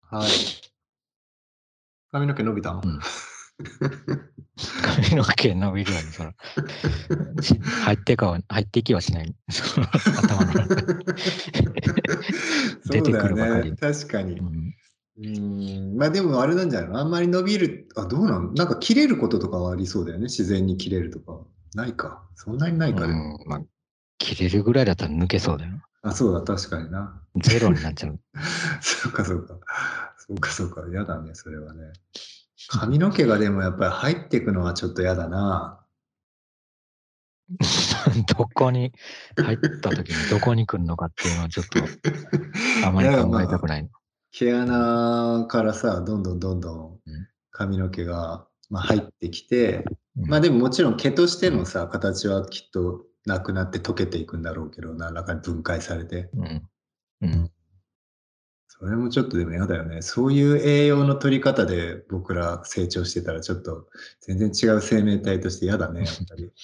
はい。髪の毛伸びたん？ うん。髪の毛伸びるように、入ってきはしない。頭の中に出てそうだよね。 くるばかり。 確かに。 うん。 まあでもあれなんじゃないの？あんまり伸びる、あ、どうなの？なんか切れることとかはありそうだよね。自然に切れるとか。ないか。そんなにないか、でも。 まあ、切れるぐらいだったら抜けそうだよ。 あ、そうだ、確かにな。 ゼロになっちゃう。 そうか、そうか。そうか、そうか。やだね、それはね。髪の毛がでもやっぱり入っていくのはちょっとやだな。 どこに入った時にどこに来るのかっていうのはちょっとあまいや、 り考まあ、 えたくない。 毛穴からさ、どんどんどんどんうん。 髪の毛が、まあ、入ってきて、まあうん。 でももちろん毛としてのさ、形はきっとなくなって溶けていくんだろうけど、何らかに分解されて。 うん。ううん。 ん。 それもちょっとでも嫌だよね。そういう栄養の取り方で僕ら成長してたらちょっと全然違う生命体として嫌だね、やっぱり。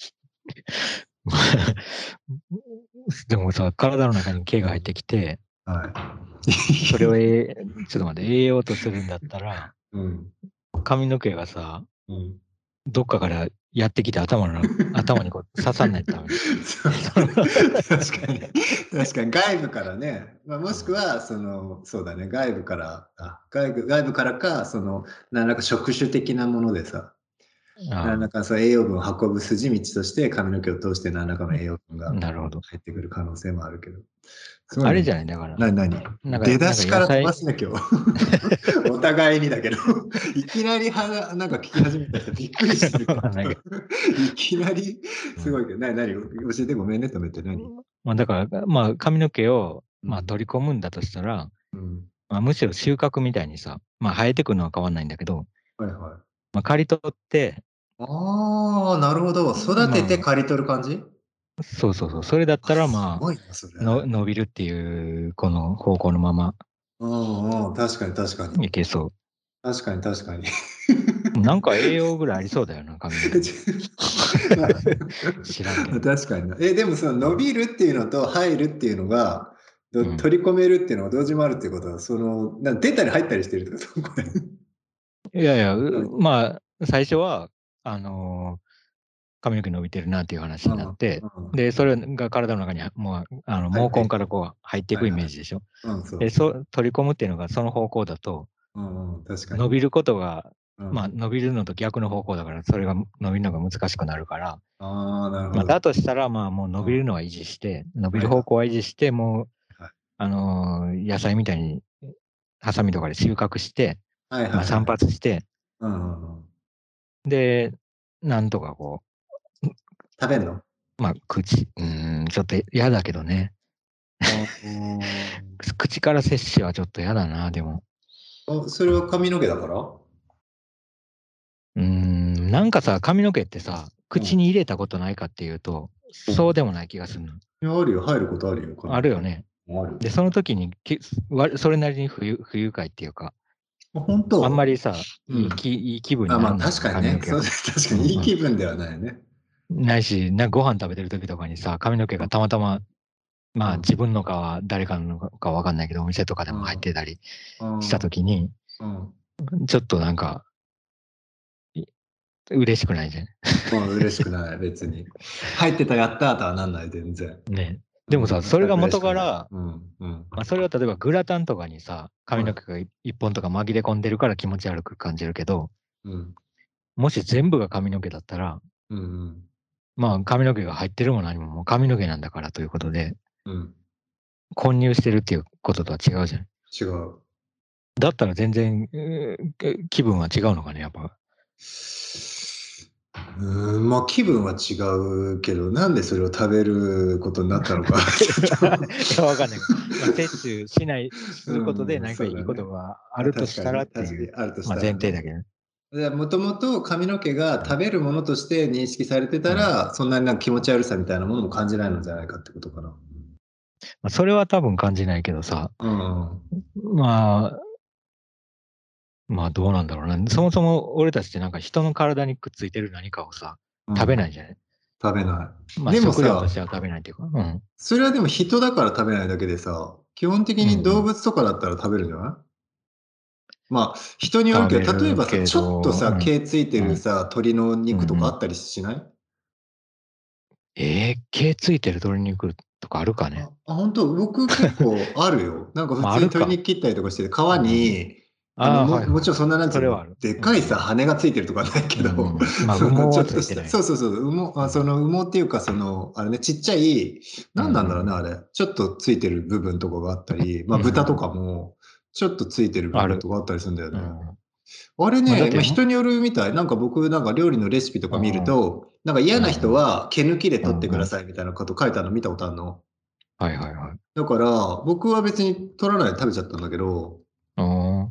でもさ、体の中に毛が入ってきて、 はそれをい。 ちょっと待って、栄養とするんだったら、 うん。 髪の毛がさ、 うん。 どっかからやってきて頭にこう刺さんないとダメな。 そう、確かに。確かに外部からね、まあ、もしくはそうだね、外部からか、何らか触手的なものでさ、何らあかその栄養分を運ぶ筋道として髪の毛を通して何らかの栄養分あ、 がなるほど。 入ってくる可能性もあるけど。すごいね。 あれじゃない、だから、 何出だなんかしから飛ば野菜、 すね、今日。お互いにだけど、いきなりなんか聞き始めた人びっくりしてるけど、 なんか、 いきなりうん。 すごいけど、教えてごめんね、止めて何？ まあ、だから、まあ、髪の毛を、まあ、 うん。 取り込むんだとしたら、 うん。 まあ、むしろ収穫みたいにさ、まあ、生えてくるのは変わんないんだけど、 はいはい。 まあ、刈り取って、 ああ、なるほど。育ててま刈り取る感じ？ あ、そうそうそう、それだっあ、 たら、 すまごいな、それ。 あ、伸びるっていう、この方向のままうんうん、確かに確かに。 いけそ確かに確かに。 う。なんか栄養ぐらいありそうだよな、髪の毛に。 ま知らんけあ、 ど。 確かにな。でもその伸びるっていうのと入るっていうのが、 うん。 取り込めるっていうのが同時もあるっていうことは、出たり入ったりしてるってこと？これ。 いやいや、 うん。 まあ、最初は、あのー髪の毛伸びてるなっていう話になっうん。 て、で、それが体の中にもう、毛根から入っていくと。 こう入っていくイはいはい。 メージでしょ。 うん、そで、 うそう。 取り込むっていうのがその方向だと、 うんうん、確かに。 伸びることが、まあ、 うん。 伸びるのと逆の方向だから、それが伸びるのが難しくなるから、 ああ、なるほまあ、だど。 としたら、まあ、もう伸うん。 びるのは維持して、伸びはいはい。 る方向は維持して、もう、 はい。 野菜みたいに、ハサミとかで収穫して、 はいまあ、散はいはい。 髪して、 うんうんうん。 で、なんとかこう、 食べんの？ まあ、ちょっと嫌だけどね。 ああ。 口から摂取はちょっと嫌だな、でも。 それは髪の毛だから？ なんかさ、髪の毛ってさ、 うん。 口に入れたことないかっていうと、 うん。 そうでもない気がするの。 いや、あるよ。入ることあるよ、髪の毛。 あるよね。 ある。 で、その時にそれなりに不愉快っていうか、 あ、本あんま当？ りさ、 うん。 いい気分にあ、まあ、 ならないじゃん、 確かにね。 髪の毛が。 確かにいいうん。 気分ではないね。 ないし、ご飯食べてる時とかにさ、髪の毛がたまたま、まあうん。 自分のか誰かのかわかんないけど、お店とかでも入っうん。 てたりうしたん。 時に、 うん。 ちょっとなんか、い嬉しくないじゃん。 まあ、嬉しくない、別に。入ってた、やったーとはなんない、全然。 ね。でもうん、 さ、それが全く嬉しくない。 元から、 うん、うん。 まあ、それは例えばグラタンとかにさ、髪はい。 の毛が一本とか紛れ込んでるから気持ち悪く感じるけど、 うん。 もし全部が髪の毛だったら、 うんうん。 まあ髪の毛が入ってるも何ももう髪の毛なんだからということで、 うん。 混入してるっていうこととは違うじゃん。 違う。 だったら全然、気分は違うのかね、やっぱ。 まあ、気分は違うけど、なんでそれを食べることになったのかだけど、いちょっとや、わかんないけど、まあ、摂取することで何かいいことそうだね。 があまあ、 るとしたら確かにね、 っていう、 あるとしまあ前たらね。 提だけどね。 もともと髪の毛がうん。 食べるものとして認識されてたうん。 ら、そんなになんか気持ち悪さみたいなものも感じないのじゃないかってことかな。 まあ、それは多分感じないけどさ、 うんうん。 まあ、まあどうなんだろうな。そもそも俺たちってなんか人の体にくっついてる何かをさ、食べうん。 ないじゃない。 食べない。 まあでも食料としてさ、 は食べないっていうか。うん。 それはでも人だから食べないだけでさ、基本的うんうに動ん。 物とかだったら食べるんじゃない？ まあ、人によるけど、例えばさ、 食べるけどちょっとさ、毛ついてうんるさ、鶏の肉とかあったりしない？ 毛ついてる鶏肉とかあるかね。 本当僕結構あるよ。なんか普まあ、 通にあるか。 鶏肉切ったりとかしてて、皮に、 はいはい。 もちろんそんななんつうの、 それはある。 でかいさ、羽がついてるとかはないけど、 まあ、羽毛ちょはっとした、 ついてない。 そうそうそう、その羽毛っていうか、あれね、ちっちゃい、なんなんだろうね、 うんあれ。ちょっとついてる部分とかがあったり、まあ豚とかも、ちょっとついてる部ある。 分とかあったりするんだよね。 うん。 あれね、 まあだって、 人によるみたい。なんか僕、なんか料理のレシピとか見るうんうんと、なんか嫌な人は毛抜きで取ってくだうんうん。 さいみたいなこと書いてあるの見たことあるの。 はいはいはい。 だから、僕は別に取らないで食べちゃったんだけど、 うん。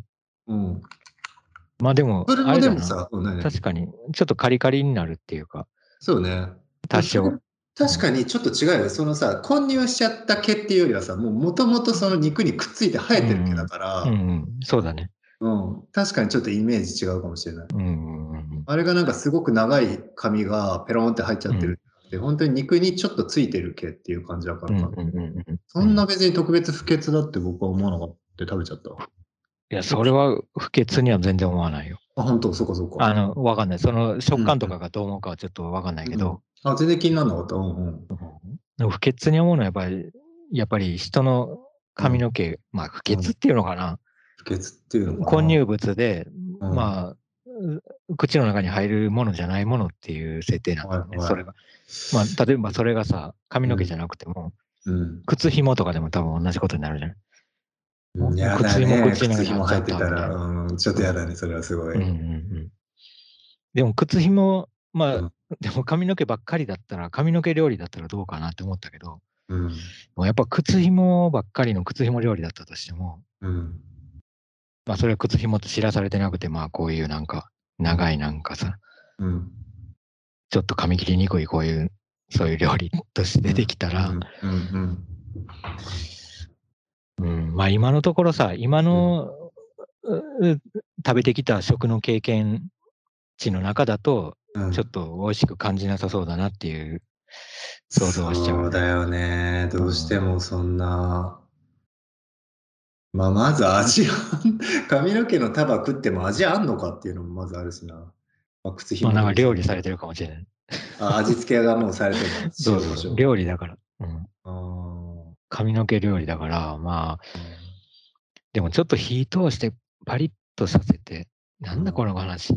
うん。 まあでも、 それもあれだな。 でもさ、何々 確かに、ちょっとカリカリになるっていうか、 そうね。それ、 多少。 確かにちょっと違うよ。そのさ、混入しちゃった毛っていうよりはさ、もともとその肉にくっついて生えてる毛だかうんら、 そうだね。 うん。確かにちょっとイメージ違うかもしれない。 うんあれがなんかすごく長い髪がペロンって入っちゃってるって、本当に肉にちょっとついてる毛っていう感じだからかな。そんな別に特別不潔だって僕は思わなかった食べちゃった。 いや、それは不潔には全然思わないよ。 本当、そこそこ。 わかんない。その食感とかうんうん。 がどう思うかはちょっとわかんないけうん。 ど、 全然気にならなかった。うんうん。 でも不潔に思うのはやっぱり人のうん。 髪の毛、まあ不うん。 潔っていうのかな。 不潔っていうのかな。 混入物で、 うん。 まあ、口の中に入るものじゃないものっていう設定なんだよね、それはいはが。まあ、例えばそれがさ、髪い。うん。 の毛じゃなくても、 うん。 靴紐とかでも多分同じことになるじゃない。 やだ靴紐ね。 口の中に貼っちゃ靴紐入っったみたいな。 てたら、ちょっとやだね。それはすごい。 でも靴紐、まあ、 うん。 でも髪の毛ばっかりだったら、髪の毛料理だったらどうかなって思ったけど、 うん。 もうやっぱ靴紐ばっかりの靴紐料理だったとしても、 うん。 まあそれは靴紐と知らされてなくて、まあこういうなんか、 うん。 長いなんかさ、 うん。 ちょっと噛み切りにくいこういう、そういう料理として出てきたら、 うん。うん。 まあ今のところさ、今うん。 の食べてきた食の経験値の中だと、ちょっうん。 と美味しく感じなさそうだなっていう想像はしちゃうよね。 そうだよね。どうしてうんもそんな、まず味は髪の毛の束食っても味あんのかっていうのもまずあるしな。靴まあなんか紐とかしてると。 料理されてるかもしれない。 味付けがもうされてんだ。 そうそうそう、 塩コショウ。 料理だから。 ああ。 髪の毛料理だから、まあ、 うん。 でもちょっと火通してパリッとさせて、なんだこのうん。 話。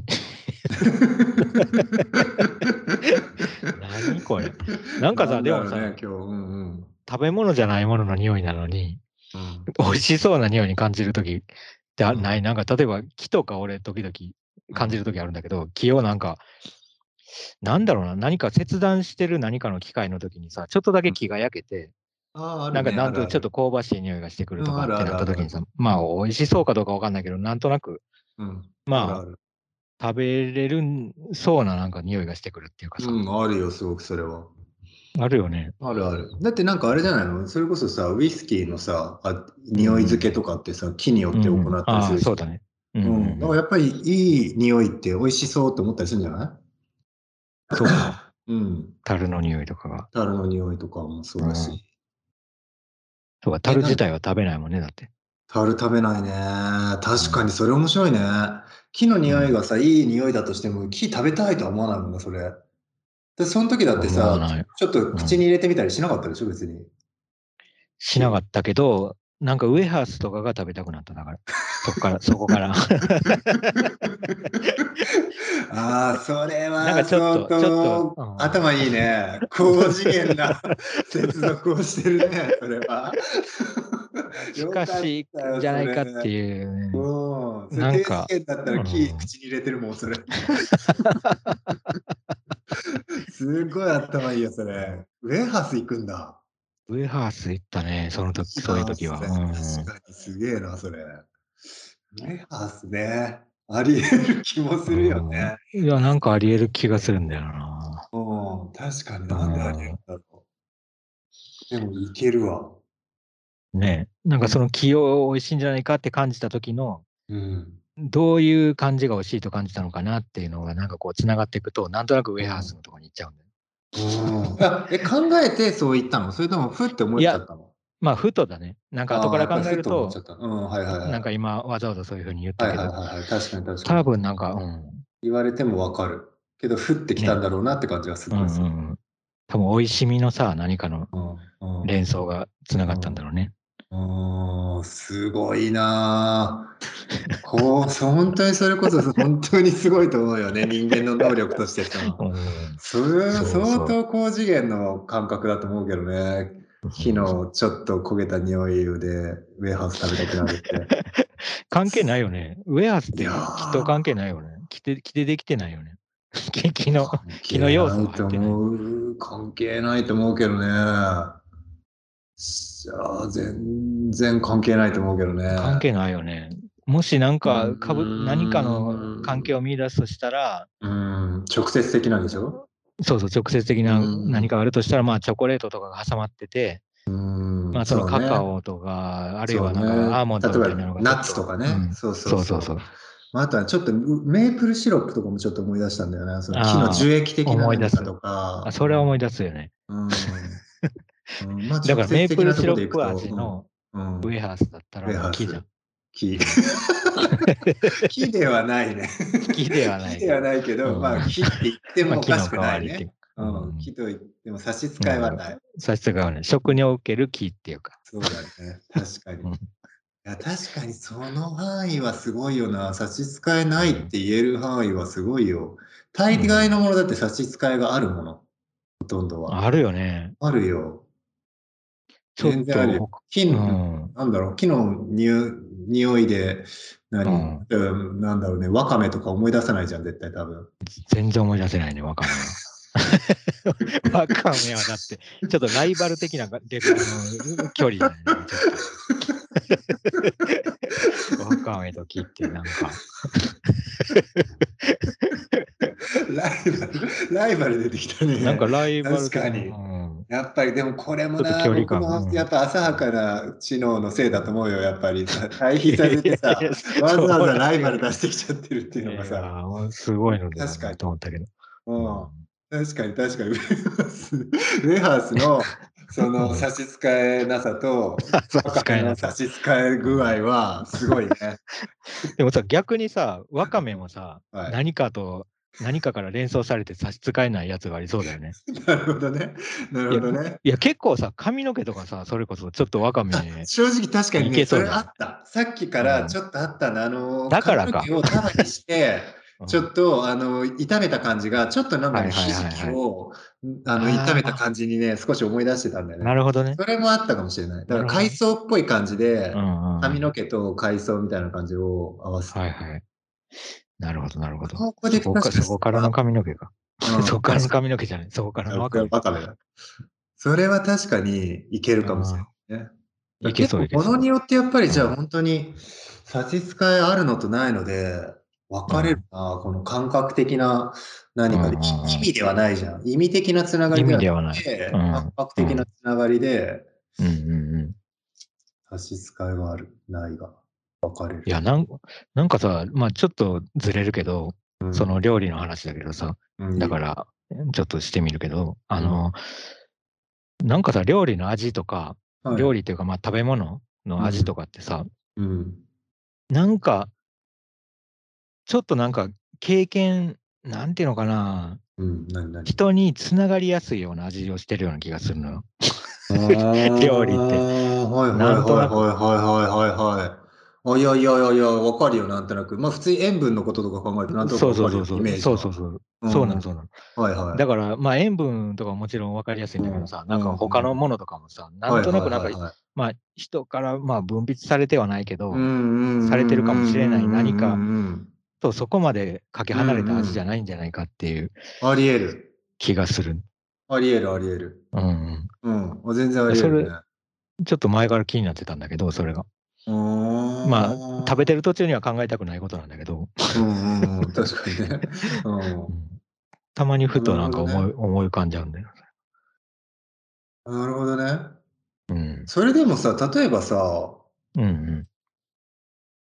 何これ。なんかさ、 なんだろうね、 でもさ、 今日。うんうん。 食べ物じゃないものの匂いなのに、 うん。 美味しそうな匂いに感じるときってうん。 ない。なんか例えば木とか俺時々 うん。 感じるときあるんだけど、木をなんか、なんだろうな、何か切断してる何かの機械の時にさ、ちょっとだけ木が焼けて、 あるね。 なんとちょっとあるある。 香ばしい匂いがしてくるうん、あるあとかってなるあるある。 った時にさ、まあうん。 美味しそうかどうかわかんないけど、なんとなく、 うん。あるまあある。 食べれるそうななんか匂いがしてくるっていうかさ、 うん、あるよ、すごくそれは。 あるよね。 あるある。だってなんかあれじゃないの？それこそさ、ウイスキーのさ、匂い付けとかってさ、木によって行ったりすああ、 るじゃん。 そうだね。 うん。だからやっぱりいい匂いって美味しそうって思ったりするんじゃない？ そうか。 うん。 樽の匂いとかが。 樽の匂いとかもそううん。 だし。 そうか、 え、 樽自体は食べないもんね、だって。 樽食べないね。確かにうん。 それ面白いね。木のうん。 匂いがさ、いい匂いだとしても、木食べたいとは思わないもんな、それ。で、その時だってさ、 思わない。 ちょっとうん。 口に入れてみたりしなかったでしょ、別に。木を。 しなかったけど、なんかウエハースとかが食べたくなった、だから。そこから。 それなんかは相ちょっと、 当頭いいね。高次元な接続をしてるね、それは。よ近かっしいたよ、 じゃなそれ。 いかっていうね、 それ低次なんか、 元だったら口に入れてるもん、それ。すごい頭いいよ、それ。ウェハース行くんだ。 ウエハース行ったね、 いいそういうな、 時は。 それ。確かにすげえな、それ。ウェハースね。あり得る気もするよね。 いや、なんかあり得る気がするんだよな。 確かにうなんでありん。 得るんだろう。でもいけるわ。 ね、なんかうん。 その気を美味しいんじゃないかって感じた時の、 うん。 どういう感じが美味しいと感じたのかなっていうのが、なんかこう、つながっていくと、なんとなくウェハースうん。 のところに行っちゃうんだよ。 考えてそう言ったの？それともふって思いや、 っちゃったの？ まあ、ふとだね。なんか後ああ、 から考やっぱりふえると、 と思っちゃった。うん、はいはいなんかはい。 今わざわざそういうふうに言ったはいけど、 はいはいはい。確かに確かに。 多分なんか、 言われてもわかる。けど、降ってきたんね、 だろうなって感じがすうんうごいする。 んうん。多分、美味しみのさ、何かのうんうん連想がつながったんうんだろうね。 すごいなぁ。本当にそれこそ本当にすごいと思うよね。人間の能力としてさ。 うん、 それはそうそう。 相当高次元の感覚だと思うけどね。 うん、 木のちょっと焦げた匂いでウェハース食べたくなるって。 関係ないよね。ウェアスっいやて木と関係ないよね。木でできてないよね。木の、 関係木の要素ないとは入ってない。 思う。関係ないと思うけどね。じゃあ、全然関係ないと思うけどね。 関係ないよね。もしなんうか何かの関係ーん。 を見出すとしたら、 直接的なんでしょ？ そうそう、直接的うな何かん。 があるとしたら、まあチョコレートとかが挟まってて、まあそのカカそうね。 オとか、あるいはなんそうね。 かアーモンドみたいな例えば、 のがちょっナッツとと、 かね。そうそうそう。 そうそうそう。 まあ、あとはちょっとメープルシロップとかもちょっと思い出したんだよね。その木のああ、 樹液的な思い出す。 何かとあ、 か。 それは思い出すよね。 まあだからメ直接的ープルシなところでいくロップ味と、 のウェハースだったらウェもう木じゃん。 ハース、木。 うん。 木ではないね。 木では木ではないけど。 ないけど、 うん。 まあ木って言ってまあもおかしく木の代ないね。 わりっていう。うん。 木と言っても差し支なるほど。 えはない。 差し支えはね、食における木っていうか。 そうだね。確かに。いうん。 や、確かにその範囲はすごいよな。差し支えないっうん。 て言える範囲はすごいよ。大概のうん。 ものだって差し支えがあるもの。ほとんどは。 あるよね。 あるよ。 ちょっ全然あるよ。 とうん。 なんだろう、木の匂いで、 うん。 例えばなんだろうね、わかめとか思い出さないじゃん、絶対多分。 全然思い出せないね、わかめは。わかめはだって、ちょっとライバル的なレベルの距離だよね、ちょっと。わかめと木ってなんか、 ライバル出てきたね。 なんかライバル的な、う確かに。 ん、 やっぱりでもこれもちょっとな、 距離感、 僕もうん。 やっぱ浅はかな知能のせいだと思うよ、やっぱり。対比させてさ、 いやいやいや、 わざわざライバルそれは違う。 出してきちゃってるっていういやいや、 のがさ、 もうすごいのだ確かに。 なと思ったけど。 ううん。 ん。確かに確かに。ウェハースのそのうん。 差し支えなさと、 差しワカメ支えなさ。 の差し支えうん。 具合はすごいね。 でもさ、逆にさ、わかめもさ、 はい。 何かから連想されて差し支えないやつがありそうだよね。 なるほどね。ないや、 るほどね。 結構さ、髪の毛とかさ、それこそちょっとわかめ正直確かにいね、それけそうじゃない？ あった。さっきかうん。 らちょっとあったんだ。 だからか。 髪の毛を束にして、 うん。 ちょっと炒めた感じが、ちょっとなんかね、 はいはいひじはいはい。 きを炒めたあ感じにね、少し思い出してたんだよあ、なね。 るほどね。 それもあったかもしれない。だから海なるほどね。 藻っぽい感じで、 うんうんうん。 髪の毛と海藻みたいな感じを合わせた。 はいはい。なるほどなるほど。 ここで確かそこからの髪の毛か。そこからの確かに。 髪の毛じゃない。そこからのわかめか。 わかめだ。それは確かにいけるかもしれああ、 ないね。 いけ結構そういけそ物によってやっぱりう。うじゃあん。 本当に差し支えあるのとないので分かれるうん。 な、この感覚的なうんう何かで、 んうん。 意味ではないじゃん。意味的なつなが意りではなく味ではない。うて、感ん。 覚的なつうん。 ながりでうんうんうん。 差し支えがある、ないが分かれる。 いや、なんかさ、まあちょっとずれるけど、そうん。 の料理の話だけどさ、 うん、いいよ。 だから、ちょっとしてみるけど、 うん。 なんかさ、料理の味とか、 はい。 料理っていうか、まあ食べ物の味うん。 とかってさ、 うん。 なんか、ちょっとなんか経験、なんていうのかな、 うん。何人につながりやすいような味をしてるような気がするのよ。 ああ、 料理って。 はいはいなんとなく。 はいはいはいはいはいはい。あ、いやいやいやいや、わかるよ、なんとなく。まあ普通に塩分のこととか考えてなんとなくそうわかるよ、イそうそうそう。 メージは。うん。 そうなの。 はいはだから、まあ塩分とかももちろん分かりやすいんい。うん。 だけどさ、 うん。 なんか他うん。 のものとかもさ、なんはいはいとなくなんか、 はいはい。 まあ人からまあ分泌されてはないけど、 うんうんされてるかもしれない何かうんうんうんとそこまでかけうん。う離れたんうん。 味じゃないんじゃないかっていうあり得る。 気がする。 あり得るあり得る。 うん。 うん。全然ありそれ、 得るね。 ちょっと前から気になってたんだけど、それが。 うーまあ、食べてん。 る途中には考えたくないことなんだけど、 うんうんうん。確かにね。うん。 うん、たまにふなとなんかるほどね。 思い浮かんじゃうんだよ。 なるほどね。 うん。 それでもさ、例えばさ、 うんうん。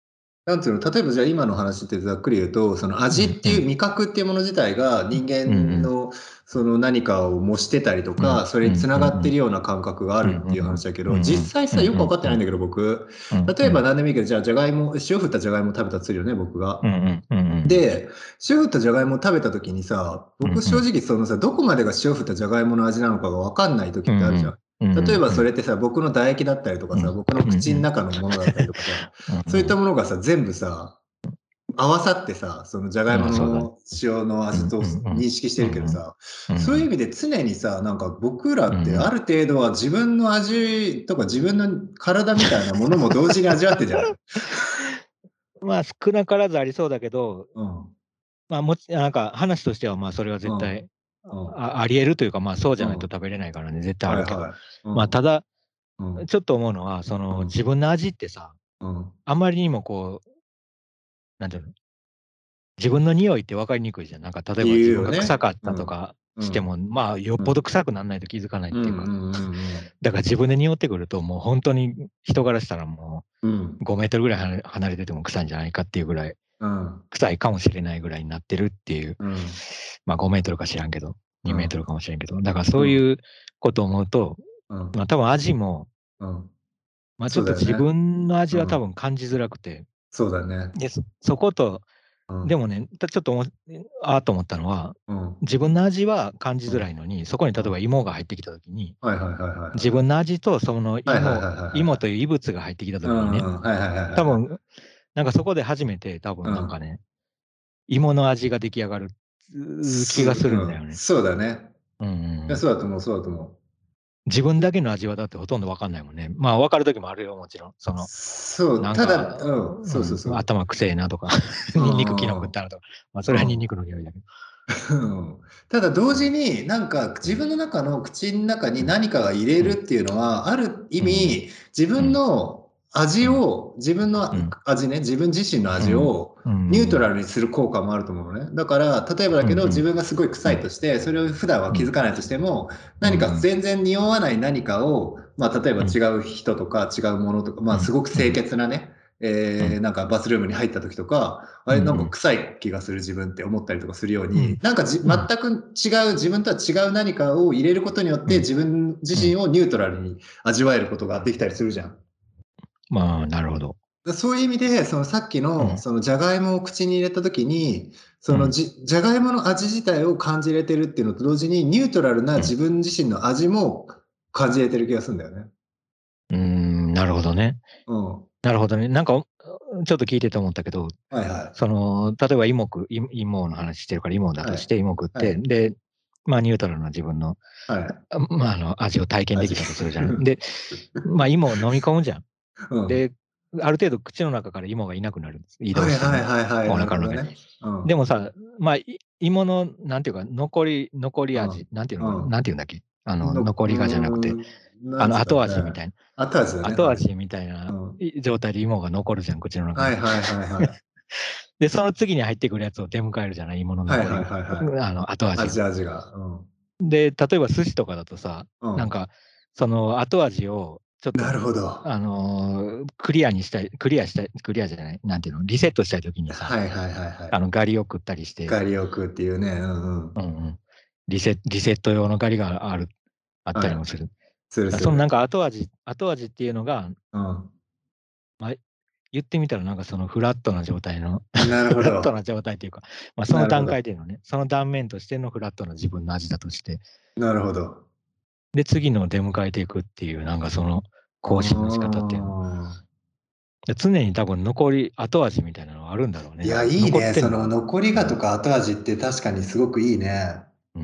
なんていうの、例えばじゃあ今の話ってざっくり言うと、その味っていう味覚っていうもの自体が人間のその何かを模してたりとか、それにつながってるような感覚があるっていう話だけど、実際さ、よく分かってないんだけど、僕、例えば何でもいいけど、じゃあじゃがいも、塩振ったじゃがいも食べたとするよね、僕が。で、塩振ったじゃがいもを食べた時にさ、僕正直そのさ、どこまでが塩振ったじゃがいもの味なのかが分かんない時ってあるじゃん。例えばそれってさ、僕の唾液だったりとかさ、僕の口の中のものだったりとかさ、そういったものがさ、全部さ、合わさってさ、そのじゃがいもの塩の味と認識してるけどさ、そういう意味で常にさ、なんか僕らってある程度は自分の味とか自分の体みたいなものも同時に味わってんじゃないまあ少なからずありそうだけど、まあなんか話としてはまあそれは絶対あり得るというか、まあそうじゃないと食べれないからね、絶対あるけど。まあただ、ちょっと思うのは、その自分の味ってさ、あまりにもこう、なんていうの、自分の匂いって分かりにくいじゃん。なんか例えば自分が臭かったとかしても、まあよっぽど臭くならないと気づかないっていうか。だから自分で匂ってくると、もう本当に人からしたらもう5メートルぐらい離れてても臭いんじゃないかっていうぐらい、臭いかもしれないぐらいになってるっていう。まあ5メートルか知らんけど、2メートルかもしれんけど。だからそういうことを思うと、まあ多分味も、まあちょっと自分の味は多分感じづらくて。 そうだね。 で、そこと、でもね、ちょっとと思ったのは、自分の味は感じづらいのに、そこに例えば芋が入ってきたときに、自分の味とその芋という異物が入ってきたときにね、多分、なんかそこで初めて多分なんかね、芋の味が出来上がる気がするんだよね。 そうだね。そうだと思う、そうだと思う。 自分だけの味はだってほとんど分かんないもんね。まあ分かる時もあるよ、もちろん。 そう、ただ、そうそうそう。 頭くせえなとか、ニンニクキノ食ったらとか、まあそれはニンニクの匂いだけど。 ただ同時になんか自分の中の口の中に何かが入れるっていうのは、ある意味自分の味を、自分の味ね、自分自身の味をニュートラルにする効果もあると思うのね。だから、例えばだけど、自分がすごい臭いとして、それを普段は気づかないとしても、何か全然匂わない何かを、まあ、例えば違う人とか違うものとか、まあ、すごく清潔なね、なんかバスルームに入った時とか、あれなんか臭い気がする自分って思ったりとかするように、なんか全く違う、自分とは違う何かを入れることによって自分自身をニュートラルに味わえることができたりするじゃん。 まあ、なるほど。 そういう意味で、そのさっきの、そのじゃがいもを口に入れたときに、そのじゃがいもの味自体を感じれてるっていうのと同時に、ニュートラルな自分自身の味も感じれてる気がするんだよね。 なるほどね。なるほどね。なんか、ちょっと聞いてて思ったけど、その、例えば芋の話してるから芋だとして、芋食って、で、まあ、ニュートラルな自分の、まあ、味を体験できたとするじゃん。で、まあ、芋を飲み込むじゃん。で、ある程度口の中から芋がいなくなるんです。移動して、お腹の中で。でもさ、まあ、芋の、なんていうか、残り味、なんていうのかな、なんていうんだっけ、残りがじゃなくて、後味みたいな。後味みたいな状態で芋が残るじゃん、口の中に。で、その次に入ってくるやつを出迎えるじゃない、芋の残りが。後味が。 で、例えば寿司とかだとさ、なんか、その後味を、ちょっと、 なるほど。 クリアじゃない、なんていうの、リセットしたいときにさ、ガリを食ったりして。 ガリを食うっていうね。 リセット用のガリがあったりもする。そのなんか後味っていうのが、まあ、言ってみたらなんかそのフラットな状態の、フラットな状態っていうか、まあ、その段階でのね、その断面としてのフラットな自分の味だとして。 なるほど。 で、次の出迎えていくっていう、なんかその更新の仕方っていうの。常に多分後味みたいなのがあるんだろうね。 いや、いいね。その残りがとか後味って確かにすごくいいね。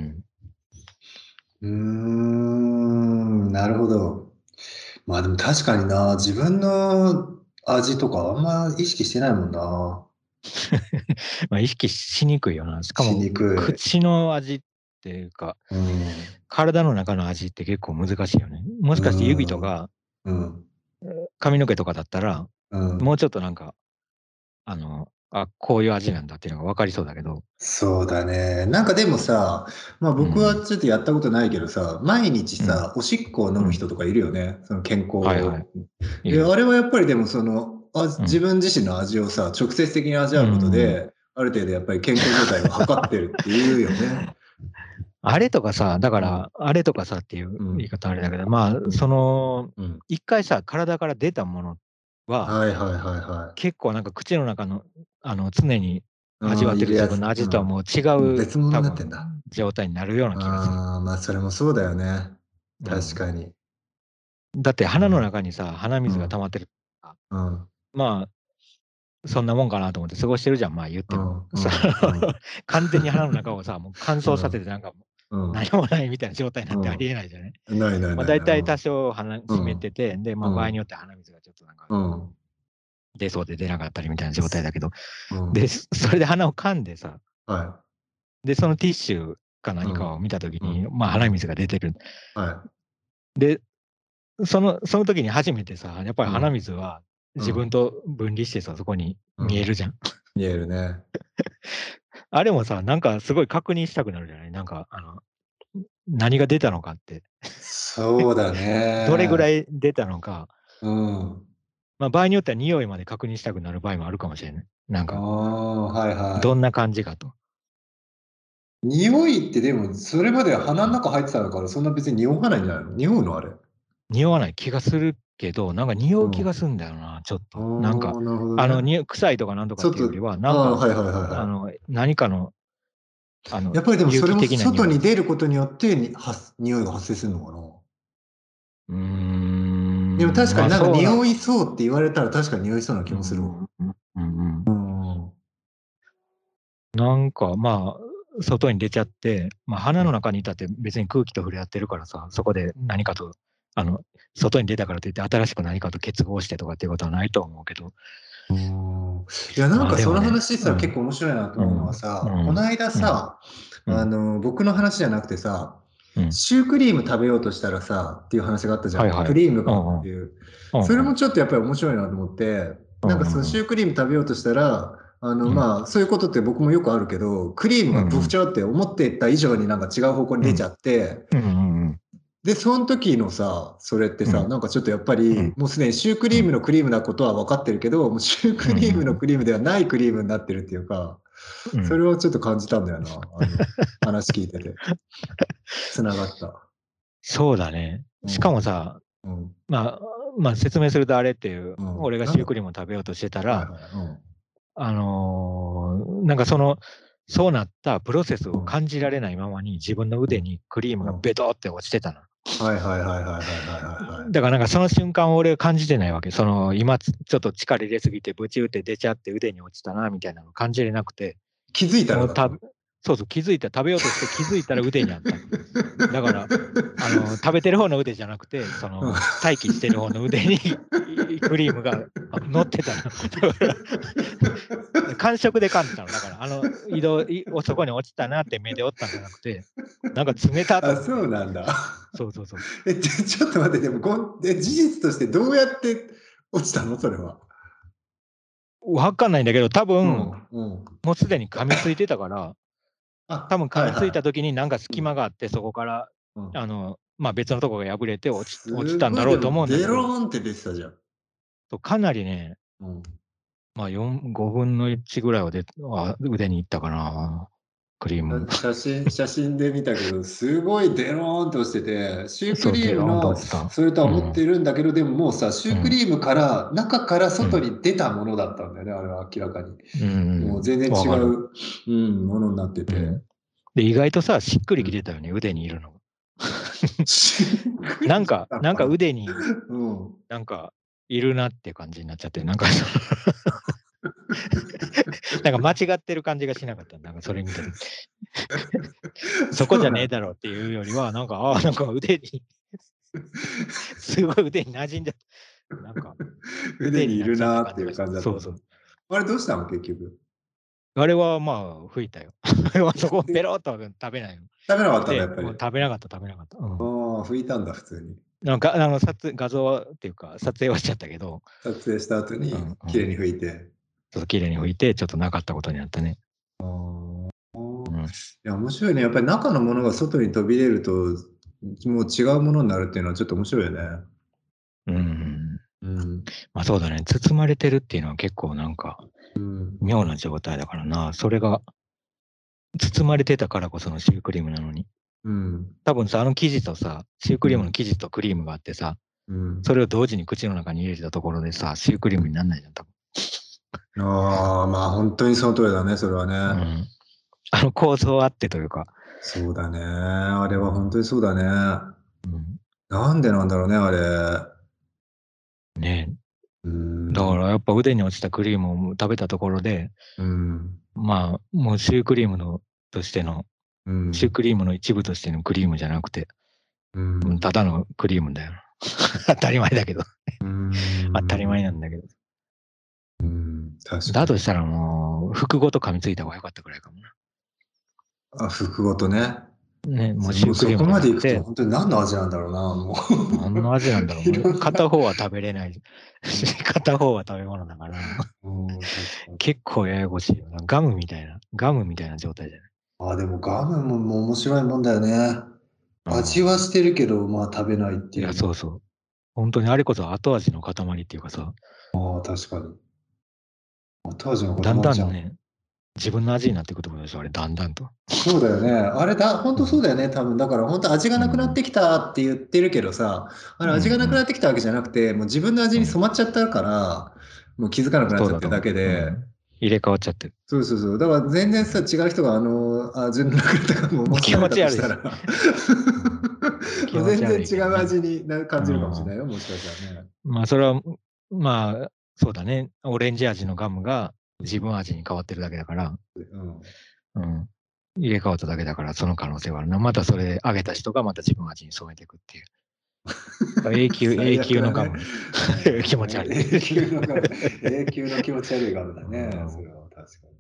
なるほど。まあでも確かにな、自分の味とかあんま意識してないもんな。 まあ意識しにくいよな。しかも、口の味っていうか、体の中の味って結構難しいよね。もしかして指とか、髪の毛とかだったら、もうちょっとなんか、こういう味なんだっていうのが分かりそうだけど。 そうだね。なんかでもさ、まあ僕はちょっとやったことないけどさ、毎日さ、おしっこを飲む人とかいるよね。その健康。あれはやっぱりでもその、 自分自身の味をさ、直接的に味わうことで、ある程度やっぱり健康状態を測ってるっていうよね。 あれとかさ、だから、あれとかさっていう言い方あれだけど、まあ、その、一回さ、体から出たものは、結構なんか口の中の、常に味わってる自分の味とはもう違う、 別物になってんだ。 状態になるような気がする。 まあ、それもそうだよね。確かに。 だって鼻の中にさ、鼻水が溜まってる。まあ、そんなもんかなと思って過ごしてるじゃん、まあ言っても。完全に鼻の中をさ、もう乾燥させてなんか、何もないみたいな状態になってありえないじゃない。まあ大体多少鼻湿ってて、で、まあ場合によって鼻水がちょっとなんか、出そうで出なかったりみたいな状態だけど、で、それで鼻を噛んでさ、で、そのティッシュか何かを見たときに、まあ鼻水が出てる。で、その時に初めてさ、やっぱり鼻水は自分と分離してさ、そこに見えるじゃん。 見えるね。 あれもさ、なんかすごい確認したくなるじゃない？なんか、何が出たのかって。 そうだね。 どれぐらい出たのか。 まあ場合によっては匂いまで確認したくなる場合もあるかもしれない。なんか、どんな感じかと。 匂いってでも、それまでは鼻の中入ってたのから、そんな別に匂わないんじゃないの？匂うのあれ。 匂わない気がするけど、なんか匂う気がするんだよな、ちょっと。なんか、臭いとかなんとかっていうよりは、なんか、何かの、 やっぱりでもそれも外に出ることによって匂いが発生するのかな。でも確かになんか匂いそうって言われたら確かに匂いそうな気もするわ。 なんかまあ、外に出ちゃって、まあ鼻の中にいたって別に空気と触れ合ってるからさ、そこで何かと、外に出たからといって新しく何かと結合してとかっていうことはないと思うけど。 いやなんかその話さ、結構面白いなと思うのはさ、この間さ、僕の話じゃなくてさ、シュークリーム食べようとしたらさ、っていう話があったじゃん。クリームがっていう。それもちょっとやっぱり面白いなと思って、なんかそのシュークリーム食べようとしたら、まあ、そういうことって僕もよくあるけど、クリームがブフチャーって思ってた以上になんか違う方向に出ちゃって、で、その時のさ、それってさ、なんかちょっとやっぱり、もうすでにシュークリームのクリームなことは分かってるけど、もうシュークリームのクリームではないクリームになってるっていうか、それをちょっと感じたんだよな、話聞いてて。つながった。 そうだね。しかもさ、まあ説明するとあれっていう、俺がシュークリームを食べようとしてたら、なんかそうなったプロセスを感じられないままに自分の腕にクリームがベトって落ちてたの。だからなんかその瞬間を俺は感じてないわけ。今ちょっと力入れすぎてブチ打って出ちゃって腕に落ちたなみたいなの感じれなくて。 気づいたらそうそう、気づいた、食べようとして気づいたら腕にあったの。だから、食べてる方の腕じゃなくて、待機してる方の腕にクリームが乗ってたの。だから感触で感じたの。だから、そこに落ちたなって目で折ったんじゃなくて、なんか冷たと。 そうなんだ。 そうそうそう。 ちょっと待って、でも事実としてどうやって落ちたのそれは。 わかんないんだけど、多分、もうすでに噛みついてたから、多分噛みついた時になんか隙間があって、そこから、まあ別のところが破れて落ちたんだろうと思うんだけど。 デローンって出てたじゃん。 かなりね、まあ5分の1ぐらいは腕にいったかな、クリーム。 写真で見たけど、すごいデローンとしてて、シュークリームのそれとは思ってるんだけど、でももうさ、シュークリームから中から外に出たものだったんだよね、あれは明らかに。もう全然違う、ものになってて。 で、意外とさ、しっくりきてたよね、腕にいるの。なんか腕に、なんかいるなって感じになっちゃって、なんかなんか間違ってる感じがしなかった。なんかそれ見てる。そこじゃねえだろうっていうよりは、なんか、なんか腕にすごい腕に馴染んじゃった。なんか、 腕にいるなっていう感じだった。 そうそう。 あれどうしたの結局。 あれはまあ、吹いたよ。そこペロッと食べないの。 食べなかったのやっぱり。 食べなかった、食べなかった。 拭いたんだ、普通に。 なんか画像っていうか、撮影はしちゃったけど。 撮影した後に、綺麗に拭いて。 ちょっと綺麗に拭いて、ちょっとなかったことになったね。 いや、面白いね。やっぱり中のものが外に飛び出ると、もう違うものになるっていうのはちょっと面白いよね。 まあそうだね。包まれてるっていうのは結構なんか、妙な状態だからな。それが、包まれてたからこそのシュークリームなのに。多分さ、生地とさ、シュークリームの生地とクリームがあってさ、それを同時に口の中に入れたところでさ、シュークリームにならないじゃん、多分。 ああ、まあ本当にその通りだね、それはね。 構造あってというか。 そうだね。あれは本当にそうだね。なんでなんだろうね、あれ。 ねえ。だからやっぱ腕に落ちたクリームを食べたところで、まあ、もうシュークリームのとしての、シュークリームの一部としてのクリームじゃなくて、ただのクリームだよ。当たり前だけど。当たり前なんだけど。だとしたらもう、服ごと噛みついた方が良かったくらいかもな。 あ、服ごとね。 ね、もうシュークリームそこまでいくと、 じゃなくて、 本当に何の味なんだろうな、もう。 何の味なんだろう。もう片方は食べれないし、片方は食べ物だから、結構ややこしいよな。ガムみたいな状態じゃない。 あ、でもガムも面白いもんだよね。味はしてるけど、まあ食べないっていう。 いや、そうそう。本当にあれこそ後味の塊っていうかさ。 ああ、確かに。後味のだん塊じゃん。 だんね、自分の味になっていくってことでしょ、あれ、だんだんと。 そうだよね。あれ本当そうだよね、多分。だから本当味がなくなってきたって言ってるけどさ、あれ味がなくなってきたわけじゃなくて、もう自分の味に染まっちゃったから、もう気づかなくなっちゃってるだけで。 入れ替わっちゃってる。 そうそうそう。だから全然さ、違う人が味のなくなったかももし食べたとしたら、もう全然違う味に感じるかもしれないよ、もしかしたらね。 まあ、それは、まあ、そうだね。オレンジ味のガムが自分味に変わってるだけだから、入れ替わっただけだから、その可能性はあるな。またそれあげた人がまた自分味に染めていくっていう。永久のガム。気持ち悪い。 永久のガム。永久の気持ち悪いガムだね。それは確かに。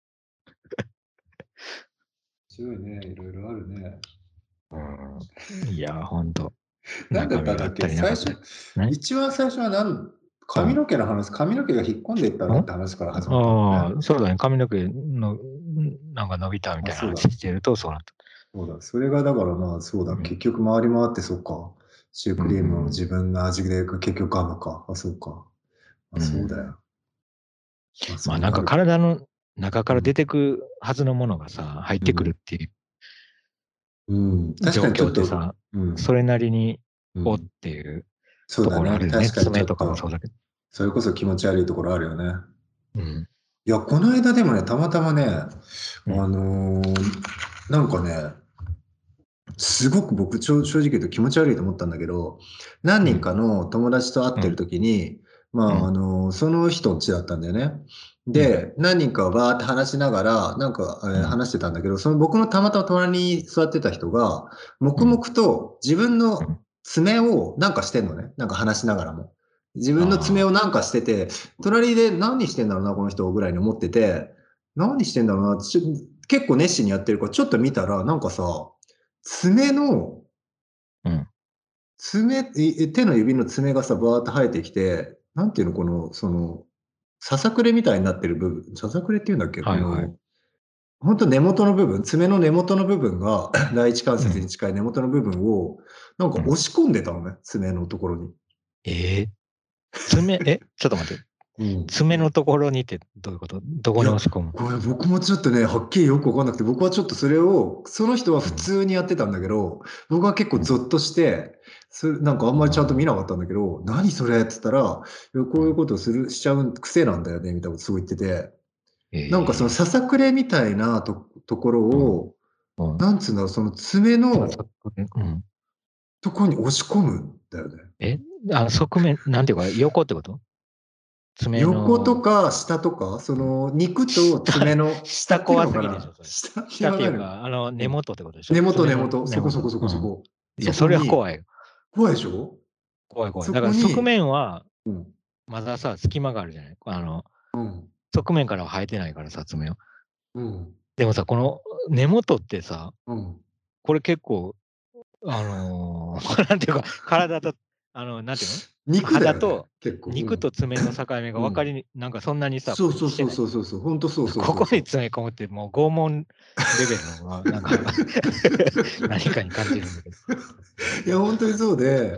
面白いね。いろいろあるね。 いや、ほんと。 何だったんだっけ最初、一番最初は髪の毛の話、髪の毛が引っ込んでいったのって話から始まったのね。 そうだね。髪の毛のなんか伸びたみたいな話してるとそうなった。 そうだ。それがだからまあそうだ。結局回り回ってそっか。シュークリームを自分の味で結局ガムか。あ、そうか。あ、そうだよ。 まあなんか体の中から出てくはずのものがさ、入ってくるっていう状況ってさ、それなりにおっていうところあるよね。爪とかもそうだけど。 それこそ気持ち悪いところあるよね。いや、この間でもね、たまたまね、なんかね、すごく僕、正直言うと気持ち悪いと思ったんだけど、何人かの友達と会ってる時に、まあ、その人ん家だったんだよね。で、何人かバーって話しながら、なんか、話してたんだけど、その僕のたまたま隣に座ってた人が、黙々と自分の爪をなんかしてんのね。なんか話しながらも。自分の爪をなんかしてて、隣で何してんだろうな、この人ぐらいに思ってて、何してんだろうなって、結構熱心にやってるから、ちょっと見たら、なんかさ、爪の、手の指の爪がさ、バーって生えてきて、なんていうの、ささくれみたいになってる部分、ささくれっていうんだっけ、本当根元の部分、爪の根元の部分が、第一関節に近い根元の部分を、なんか押し込んでたのね、爪のところに。 ちょっと待って。爪のところにってどういうこと？どこに押し込む？ これ僕もちょっとね、はっきりよくわかんなくて、僕はちょっとそれを、その人は普通にやってたんだけど、僕は結構ゾッとして、なんかあんまりちゃんと見なかったんだけど、何それって言ったら、こういうことをしちゃう癖なんだよね、みたいなことすごい言ってて、なんかそのささくれみたいなところを、なんつうんだろう、その爪のところに押し込むんだよね。 側面、なんていうか、横ってこと？ 横とか下とか、その肉と爪の下怖すぎでしょ、それ。 下っていうか、根元ってことでしょ？ 根元。そこ。 いや、それは怖いよ。 怖いでしょ？ 怖い。だから側面は、まださ、隙間があるじゃない？側面からは生えてないからさ、爪は。でもさ、この根元ってさ、これ結構、なんていうか、体と、なんていうの？肌と肉と爪の境目が分かりなんかそんなにさ、 そう、本当そう。 ここに詰め込むってもう拷問レベルの、なんか何かに感じるんだけど。 いや、本当にそうで、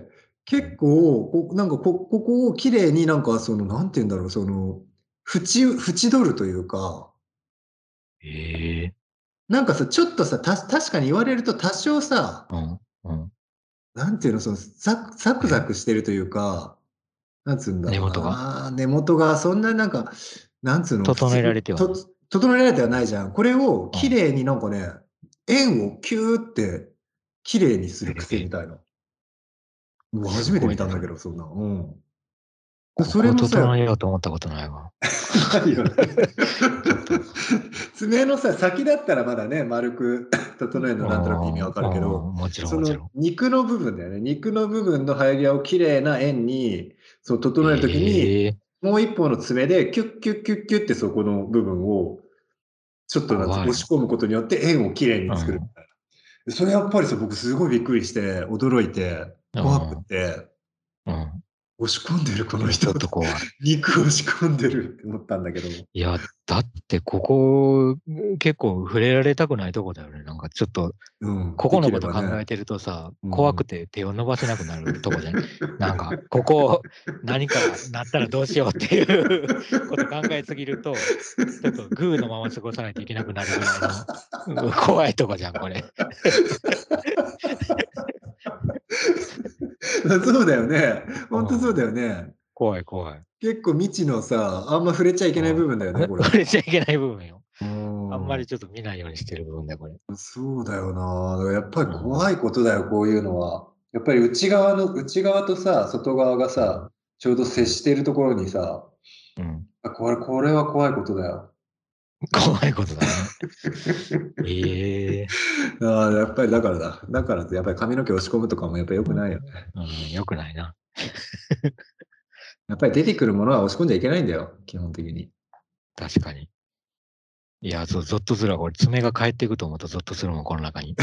結構、なんかここを綺麗になんかなんて言うんだろう、縁取るというか、 ええ。 なんかさ、ちょっとさ、確かに言われると多少さ、 うん、うん。 なんていうの、ザクザえ、 クしてるというか、なんつうんだろう根元がな、根元がそんななんか、なんつうの、 整えられてはない。 整えられてはないじゃん。これをうん。 綺麗になんかね、円をキューって綺麗にする癖ええ、 みたいな。うわ、初めてすごいね、それ。 見たんだけど、そんな。うん。で、 こそれもさ、 こを整えようと思ったことないわ。 ないよね。 ちょっと、 爪のさ、先だったらまだね、丸く整えるのなんとなく意味わかるけど、 もちろんそのもちろん。 肉の部分だよね。肉の部分の生え際を綺麗な円に、整えるときに、 ええ、 もう一方の爪でキュッキュッキュッキュッってそこの部分を、ちょっと押怖いな。 し込むことによって円を綺麗に作るみうん。 たいな。それやっぱりさ、僕すごいびっくりして、驚いて、怖くっうん。 て、 うん。 押し込んでるこいや、ちの人、 ょっと怖い。 肉押し込んでるって思ったんだけど。 いや、だってここ、結構触れられたくないとこだよね。なんかちょっと、 うん、でここのこときればね。 考えてるとさ、怖くうん。 て手を伸ばせなくなるとこじゃん。なんか、ここ、何かなったらどうしようっていうこと考えすぎると、ちょっとグーのまま過ごさないといけなくなるぐらいの、怖いとこじゃん、これ。 そうだよね。ほんとそううん。 だよね。 怖い怖い。 結構未知のさ、あんま触れちゃいけない部分だよね、これ。 触れちゃいけない部分よ。 うーあんまん。 りちょっと見ないようにしてる部分だよ、これ。 そうだよな。だからやっぱりうん。 怖いことだよ、こういうのは。やっぱり内側とさ、外側がうん。 さ、ちょうど接しているところにさ、 うん。 これは怖いことだよ。 怖いことだね。ええ。 ああ、やっぱりだからだ。だからってやっぱり髪の毛押し込むとかもやっぱ良くないよね。 うん、よくないな。 やっぱり出てくるものは押し込んじゃいけないんだよ、基本的に。 確かに。いや、ゾッとするわ。これ、爪が帰っていくと思うとゾッとするもん、この中に。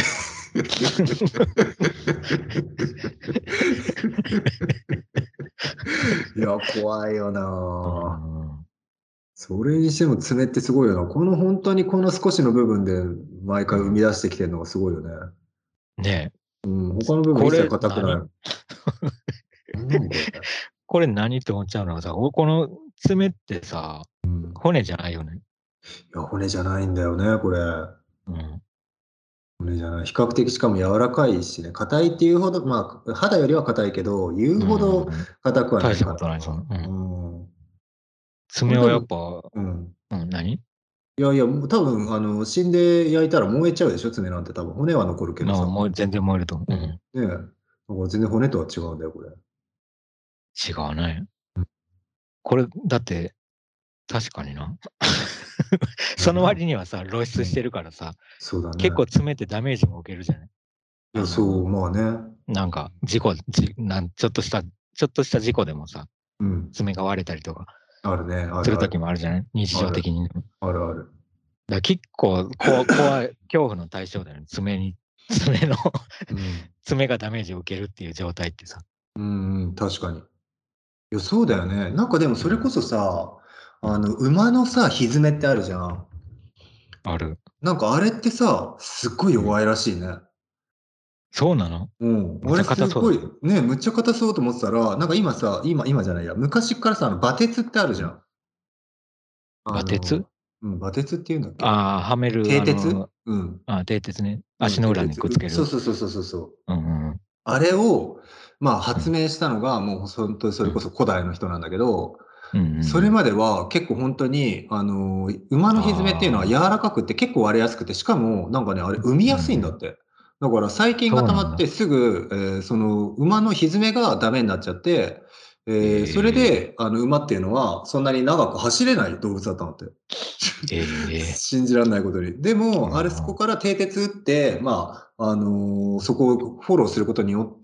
いや、怖いような。 ん。 それにしても爪ってすごいよな。本当にこの少しの部分で毎回生みうん。 出してきてるのがすごいよね。 ねえ、 うん、他の部分一切これ硬くない。なんこれ。 これ何って思っちゃうのはさ、この爪ってさ、 うん。 骨じゃないよね。 いや、骨じゃないんだよね、これ。 うん。 骨じゃない。比較的しかも柔らかいしね。硬いっていうほど、まあ、肌よりは硬いけど、言ううんほどうんうん。 硬くはな大しいから。 たことない、その。うん。 うん。こ爪はやっれ多分、 ぱ、 うん。 うん、何いやいや、もう多分、死んで焼いたら燃えちゃうでしょ、爪なんて多分。骨は残るけどまあ、 さ。 もう全然燃えると思う。うん。 ねえ。だから全然骨とは違うんだよ、これ。 違うね。これ、だって、確かにな。 いや、 その割にはさ、露出してうん。 るからさ、 そうだね。 結構爪ってダメージも受けるじゃない。 いや、そう、まあね。 なんか、事故、ちょっとした事故でもさ、 うん。 爪が割れたりとかあるね。あするるある。 時もあるじゃない、日ある。 常的にね。だかあるある。 ら結構、怖い、恐怖の対象だよね。爪のうん。 爪がダメージを受けるっていう状態ってさ。 うんうん、確かに。いや、そうだよね。なんかでもうん。 それこそさ、 うん。 馬のさ、蹄ってあるじゃん。 ある。 なんかあれってさ、すっごいうん。 弱いらしいね。 そうなの？ うん。あれむちゃ硬すごい、 そうだけど。 ね、むっちゃ硬そうと思ってたら、なんか今さ、今じゃないや、昔からさ、馬鉄ってあるじゃん。あバテツ？ の、馬鉄って言うんだっけ？ ああ、はめる、 蹄鉄？うん。 蹄鉄ね。 うん、 足の裏に蹄鉄。 くっつける。 そうそうそうそうそうそう。 うんうんうん。 あれを、まあ、発うん。 明したのが、もう本当にそれこそ古代の人なんだけど、 うんうんうん。 それまでは結構本当に、馬の蹄っていうのは柔ああ、 らかくって結構割れやすくて、しかもなんかね、あれ産みやうんうん。 すいんだって。だから細菌が溜まってそうなんだ。 すぐ、その馬の蹄がダメになっちゃって、それええ、 で、馬っていうのはそんなに長く走れない動物だったんだって。 ええ、 信じらんないことに。でうも、あれそこんから蹄鉄打って、まあ、そこをフォローすることによって、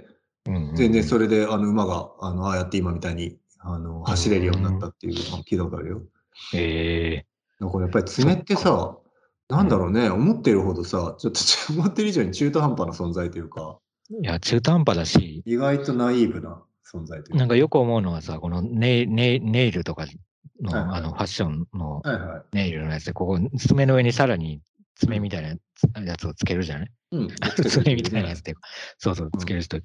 うん。うん全然うんそれで馬が、ああやって今みたいに、 うん。 走れるようになっうーん。 たっていうのを聞いたことあるよ。 ええ、 だからやっぱり爪そっってか。 さ、なうん。 んだろうね、思ってるほどさ、ちょっと思ってる以上に中途半端な存在というか、 いや、中途半端だし、 意外とナイーブな存在というか。 なんかよく思うのはさ、このネイルとかの、 はいはい。 ファッションのはいはい。 ネイルのやつで、ここ、爪の上にさらにうん。 爪みたいなやつをつけるじゃない。 うん。つけてる爪み人いるね。 たいなやつで、そうそう、 うん。 つける人。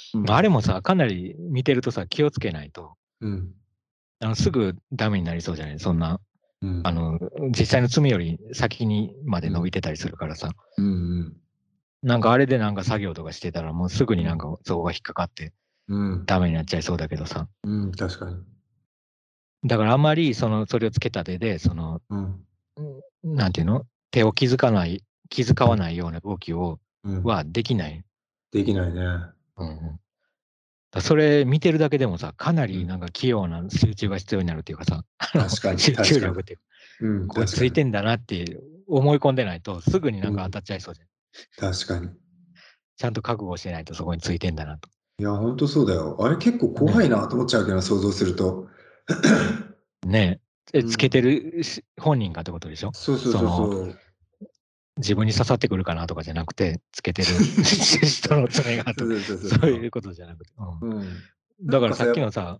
あれもさ、かなり見てるとさ、気をつけないと、すぐダメになりそうじゃない？そんな、実際の罪より先にまで伸びてたりするからさ。なんかあれでなんか作業とかしてたら、もうすぐになんかそこが引っかかって、ダメになっちゃいそうだけどさ。 確かに。 だからあまりそれをつけた手で、なんていうの？手を気遣わないような動きはできない。 できないね。 それ見てるだけでもさ、かなりなんか器用な集中が必要になるっていうかさ、集中力っていうか、ここについてんだなって思い込んでないと、すぐになんか当たっちゃいそうじゃん。確かに。 ちゃんと覚悟してないとそこについてんだなと。 いや、ほんとそうだよ。あれ結構怖いなと思っちゃうけど、想像すると。 ねえ、つけてる本人かってことでしょ？ そう。 自分に刺さってくるかなとかじゃなくて、つけてる人の爪がとか、そういうことじゃなくて。だからさっきのさ、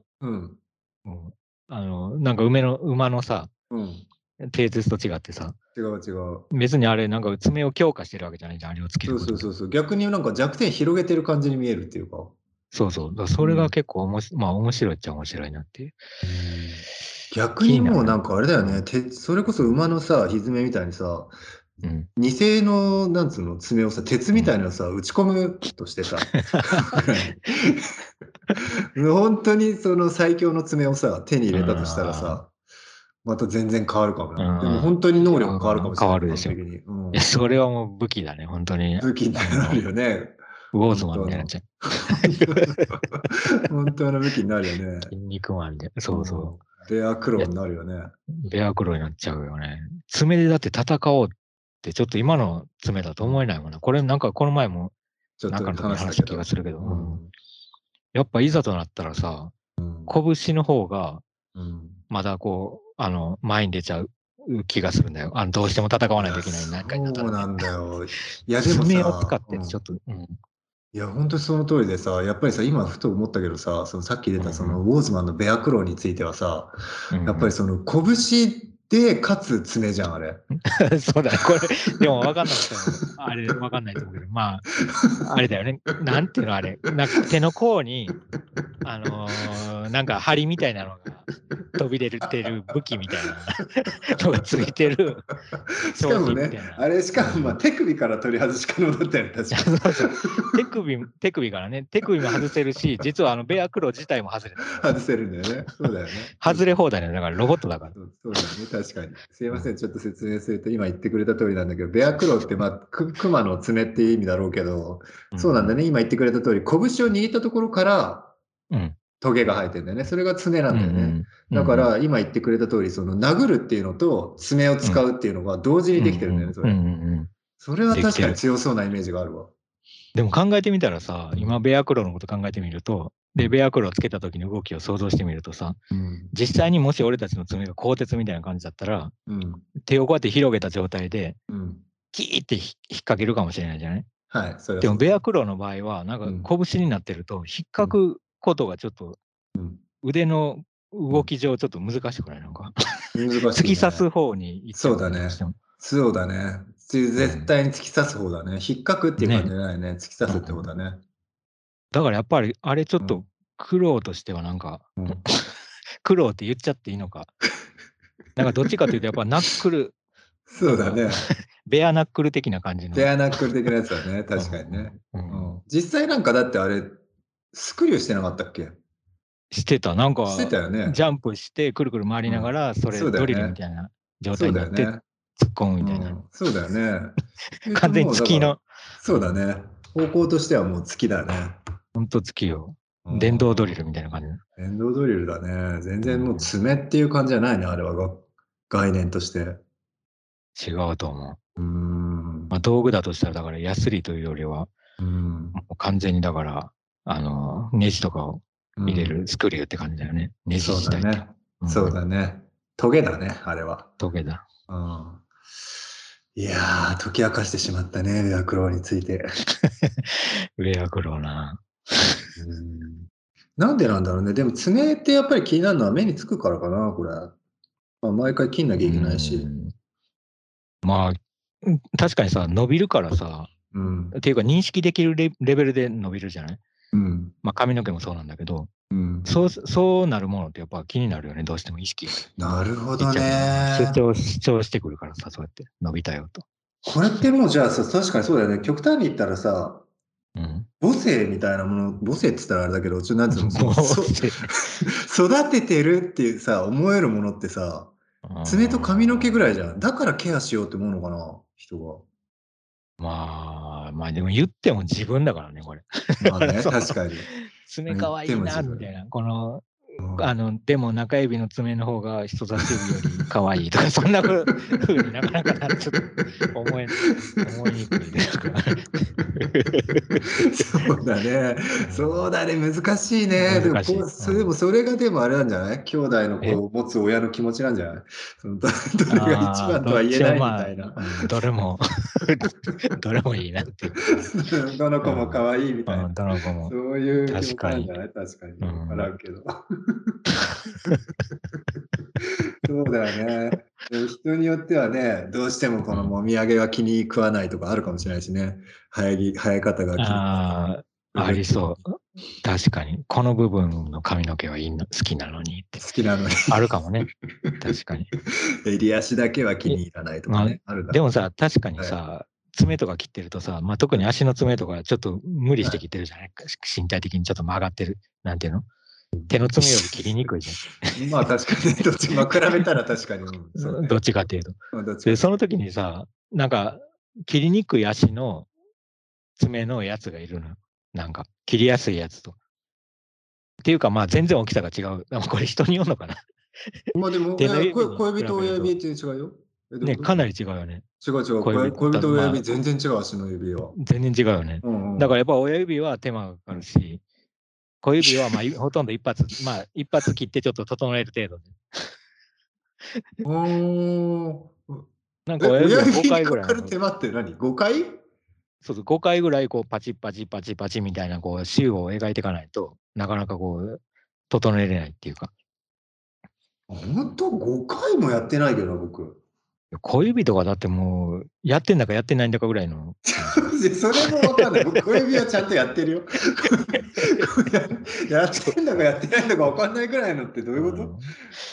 なんか馬のさ、蹄鉄と違ってさ、 違う。 別にあれ、なんか爪を強化してるわけじゃないじゃん、あれをつけることで。 そう。逆になんか弱点広げてる感じに見えるっていうか。 そう。だからそれが結構面白いっちゃ面白いなっていう。 逆にもうなんかあれだよね、それこそ馬のさ、蹄みたいにさ、偽の、なんつうの、爪をさ、鉄みたいなのさ、打ち込むとしてさ、本当にその最強の爪をさ、手に入れたとしたらさ、また全然変わるかもな。でも本当に能力変わるかもしれない。 変わるでしょ。それはもう武器だね、本当に。 武器になるよね。 ウォーズマンみたいになっちゃう。 本当の武器になるよね。 筋肉マンで。そう。 ベアクローになるよね。 ベアクローになっちゃうよね。爪でだって戦おうってちょっと今の爪だと思えないもんな。これなんかこの前もなんかの時に話した気がするけど。やっぱいざとなったらさ、拳の方がまだこう、前に出ちゃう気がするんだよ。どうしても戦わないといけない何回だったら。 そうなんだよ。いやでも爪を使ってちょっと、 いや、本当にその通りでさ、やっぱりさ、今ふと思ったけどさ、さっき出たそのウォーズマンのベアクローについてはさ、やっぱりその拳でかつ爪じゃん、あれ。 そうだね、これ、でも分かんなくても、あれ分かんないと思うけど、まあ、あれだよね、なんていうのあれ、なんか手の甲に、なんか針みたいなのが飛び出てる武器みたいなのがついてる。 しかもね、あれしかも手首から取り外し可能だったよね、確かに。手首からね、手首も外せるし、実はベアクロー自体も外れる。 外せるんだよね。そうだよね。 外れ放題だよ、だからロボットだから。 そうだよね、確かに。すいません、ちょっと説明すると、今言ってくれた通りなんだけど、ベアクローって、クマの爪っていう意味だろうけど、そうなんだね、今言ってくれた通り、拳を握ったところから、トゲが生えてんだよね。それが爪なんだよね。だから、今言ってくれた通り、その殴るっていうのと爪を使うっていうのが同時にできてるんだよね、それ。それは確かに強そうなイメージがあるわ。 でも考えてみたらさ、今、ベアクローのこと考えてみると、で、ベアクローつけた時の動きを想像してみるとさ、実際にもし俺たちの爪が鋼鉄みたいな感じだったら、手をこうやって広げた状態で、キーって引っ掛けるかもしれないじゃない？ はい、それはでも、ベアクローの場合は、なんか拳になってると、引っかくことがちょっと、腕の動き上ちょっと難しくない？なんか難しい、 突き刺す方に行っちゃう。 そうだね。絶対に突き刺す方だね。引っかくっていう感じじゃないね。突き刺すって方だね。 だからやっぱり、あれちょっと苦労としてはなんか、苦労って言っちゃっていいのか。なんかどっちかというと、やっぱナックル。 そうだね。 ベアナックル的な感じの。 ベアナックル的なやつだね。確かにね。実際なんかだってあれ、スクリューしてなかったっけ？ してた。なんか、 してたよね。 ジャンプしてくるくる回りながら、それドリルみたいな状態になって突っ込むみたいな。 そうだよね。 完全に月の。 そうだね。方向としてはもう月だね。 ほんと月よ。電動ドリルみたいな感じ。 電動ドリルだね。全然もう爪っていう感じじゃないね、あれは概念として。 違うと思う。まあ、道具だとしたら、だからヤスリというよりは、もう完全にだから、ネジとかを入れるスクリューって感じだよね。ネジ自体って。 そうだね。トゲだね、あれは。 トゲだ。 いやー、解き明かしてしまったね、ベアクローについて。 ベアクローな。 なんでなんだろうね。でも爪ってやっぱり気になるのは目につくからかな、これ。毎回切んなきゃいけないし。 まあ、確かにさ、伸びるからさ、っていうか認識できるレベルで伸びるじゃない？ まあ髪の毛もそうなんだけど、そうなるものってやっぱ気になるよね、どうしても意識が。なるほどね。 主張してくるからさ、そうやって伸びたよと。 これってもうじゃあさ、確かにそうだよね。極端に言ったらさ、母性みたいなもの、母性って言ったらあれだけど、なんつうの、育ててるっていうさ、思えるものってさ、爪と髪の毛ぐらいじゃん。だからケアしようって思うのかな、人が。まあでも言っても自分だからね、これ。 まあね、確かに。 爪かわいいな、みたいな。でも中指の爪の方が人差し指よりかわいいとか、そんな風になかなかちょっと思いにくいですから。 そうだね。そうだね。難しいね。でもそれがでもあれなんじゃない？兄弟の子を持つ親の気持ちなんじゃない？どれが一番とは言えないみたいな。 どれもいいなっていう。 どの子も可愛いみたいな。 どの子も。 そういう気持ちなんじゃない？確かに。わからんけど。そうだよね。人によってはね、どうしてもこのもみあげが気に食わないとかあるかもしれないしね。生え方が気にありそう。確かに。この部分の髪の毛はいいの、好きなのにって。 好きなのに。 あるかもね。確かに。 襟足だけは気に入らないとかね。 でもさ、確かにさ、爪とか切ってるとさ、まあ、特に足の爪とかちょっと無理して切ってるじゃない、身体的にちょっと曲がってる。なんていうの？手の爪より切りにくいじゃん。 まあ確かに、どっちも比べたら確かに。 どっちかっていうと。で、その時にさ、なんか、切りにくい足の爪のやつがいるの。なんか、切りやすいやつと。っていうか、まあ全然大きさが違う。これ人によるのかな。 まあでも、小指と親指って違うよ。 ね、かなり違うよね。 違う。小指と親指全然違う、足の指は。 全然違うよね。だからやっぱ親指は手間がかかるし、小指はまあほとんど一発切ってちょっと整える程度で。なんか親指は5回ぐらい。 かかる手間って何？ 5 回？ そうそう、5回ぐらいこうパチパチパチパチみたいなこう周を描いていかないとなかなかこう整えれないっていうか。 本当5回もやってないけど僕。 小指とかだってもうやってんだかやってないんだかぐらいの。 それもわかんない。僕小指はちゃんとやってるよ。やってんだかやってないんだかわかんないぐらいのってどういうこと？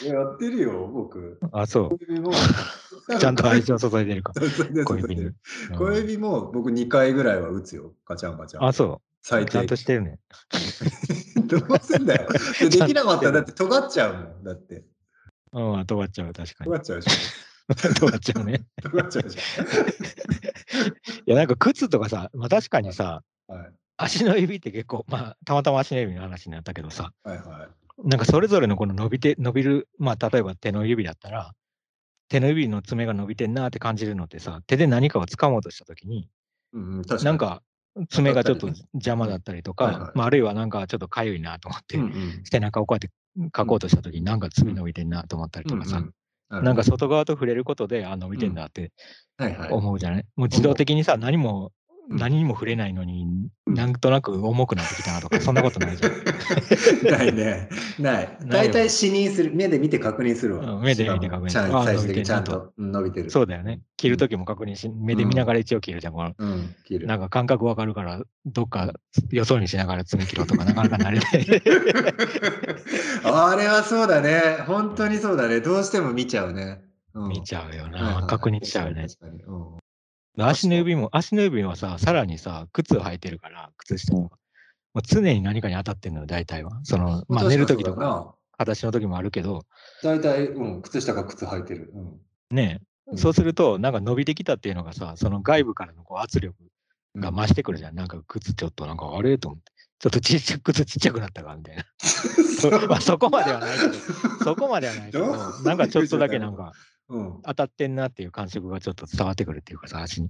やってるよ僕。 あ、そう。ちゃんと愛情注いでるか。小指に。 小指も僕2回ぐらいは打つよ。ガチャンガチャン。 あ、そう。 最低。 ちゃんとしてるね。 どうすんだよ。できなかったらだって尖っちゃうもん。だって。 尖っちゃう、確かに。 尖っちゃうでしょ。 尖っちゃうね。 尖っちゃうでしょ。 いや、なんか靴とかさ、まあ確かにさ、足の指って結構、まあたまたま足の指の話になったけどさ、なんかそれぞれのこの伸びる、まあ例えば手の指だったら、手の指の爪が伸びてんなって感じるのってさ、手で何かを掴もうとしたときに、なんか爪がちょっと邪魔だったりとか、まああるいはなんかちょっとかゆいなと思って、背中をこうやって書こうとしたときになんか爪伸びてんなと思ったりとかさ、なんか外側と触れることで、伸びてんだって思うじゃない？もう自動的にさ、何にも触れないのに、なんとなく重くなってきたなとか、そんなことないじゃん。 ないね。ない。大体視認する。目で見て確認するわ。 目で見て確認する。 最終的にちゃんと伸びてる。 そうだよね。切るときも確認し、目で見ながら一応切るじゃん。なんか感覚わかるから、どっかよそにしながら爪切ろうとか、なかなか慣れない。 あれはそうだね。本当にそうだね。どうしても見ちゃうね。 見ちゃうよな。確認しちゃうよね。足の指はさ、さらにさ、靴履いてるから、靴下とか。もう常に何かに当たってるのよ、大体は。まあ寝るときとか、裸足のときもあるけど。 大体、靴下か靴履いてる。 ねえ。そうすると、なんか伸びてきたっていうのがさ、その外部からのこう圧力が増してくるじゃん。なんか靴ちょっとなんかあれと思って。ちょっと靴ちっちゃくなったかみたいな。まあそこまではないけど、なんかちょっとだけなんか当たってんなっていう感触がちょっと伝わってくるっていうかさ、足に。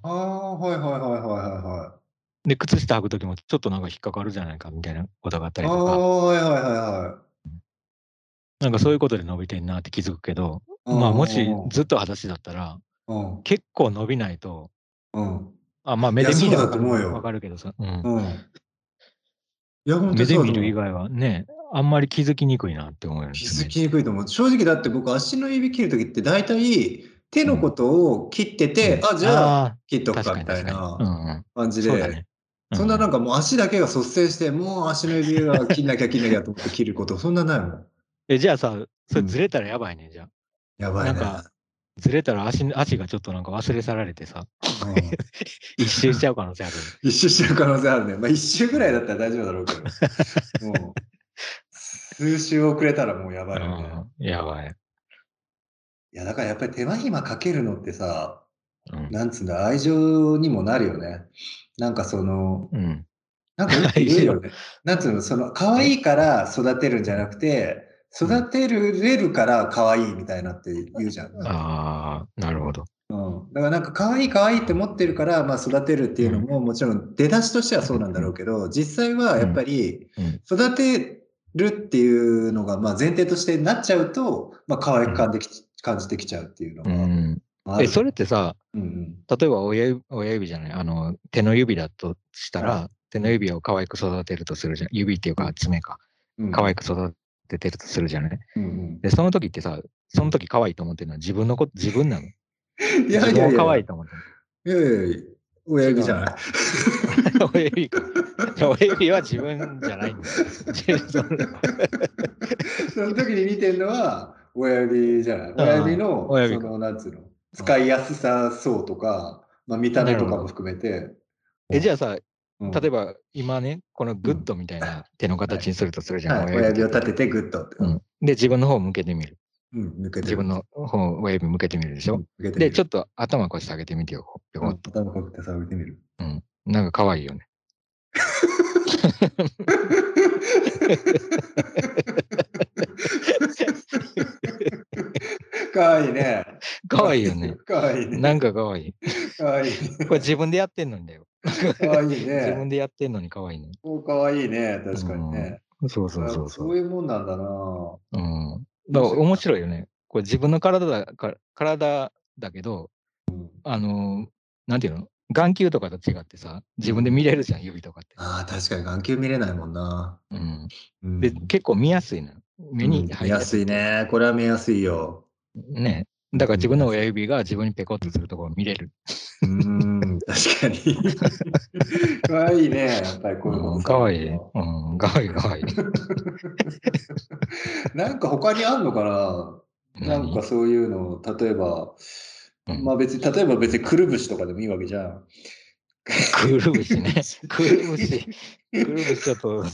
で、靴下履くときもちょっとなんか引っかかるじゃないかみたいなことがあったりとか。なんかそういうことで伸びてんなって気づくけど、まあもしずっと裸足だったら、結構伸びないと、まあ目で見ればわかるけどさ。目で見る以外はね、あんまり気づきにくいなって思うよね。 気づきにくいと思う。正直だって僕足の指切るときって大体手のことを切ってて、じゃあ切っとくかみたいな感じでそんななんかもう足だけが率先して、もう足の指が切んなきゃと思って切ること、そんなないもん。 じゃあさ、それずれたらやばいね、じゃあ。 やばいね。 なんか、ずれたら足がちょっとなんか忘れ去られてさ、一周しちゃう可能性ある。 一周しちゃう可能性あるね。まあ一周ぐらいだったら大丈夫だろうけど。もう、数周遅れたらもうやばいよね。 やばい。 いや、だからやっぱり手間暇かけるのってさ、なんつうんだ、愛情にもなるよね。なんかその、なんかよく言うよね。なんつうの、その、可愛いから育てるんじゃなくて、育てれるから可愛いみたいなって言うじゃん。 ああ、なるほど。 だからなんか可愛いって思ってるから、まあ育てるっていうのももちろん出だしとしてはそうなんだろうけど、実際はやっぱり育てるっていうのがまあ前提としてなっちゃうと、まあ可愛く感じてきちゃうっていうのがある。 それってさ、例えば親指じゃない、手の指だとしたら、手の指を可愛く育てるとするじゃん。指っていうか爪か。可愛く育ててるとするじゃない。で、その時ってさ、その時可愛いと思ってるのは自分なの？ いやいやいや。 可愛いと思ってる。 いやいや、親指じゃない。 親指か。親指は自分じゃないんだよ。 その時に見てるのは親指じゃない。親指の、その、なんつうの、使いやすさそうとか、まあ見た目とかも含めて。 じゃあさ、例えば今ね、このグッドみたいな手の形にするとするじゃん。 親指を立ててグッドって。 で、自分の方を向けてみる。 向けて自分の方、親指向けてみるでしょ。で、ちょっと頭こうしてあげてみてよ。 頭こうやって下げてみる。 なんか可愛いよね。 かわいいね。 かわいいよね。 かわいいね。 なんかかわいい。 かわいい。 これ自分でやってんのにだよ。 かわいいね。 自分でやってんのにかわいいね。 かわいいね。確かにね。 そう。 そういうもんなんだな。 だから面白いよね。これ自分の体だけど、なんていうの？眼球とかと違ってさ、自分で見れるじゃん、指とかって。 ああ、確かに眼球見れないもんな。 で、結構見やすいのよ。目に入りやすいね。これは見やすいよ。 ね。だから自分の親指が自分にペコッとするところを見れる。 確かに。かわいいね。やっぱりこういうこと。 かわいい。かわいい。 なんか他にあんのかな？なんかそういうの、例えば、まあ別にくるぶしとかでもいいわけじゃん。 くるぶしね。くるぶしちょっと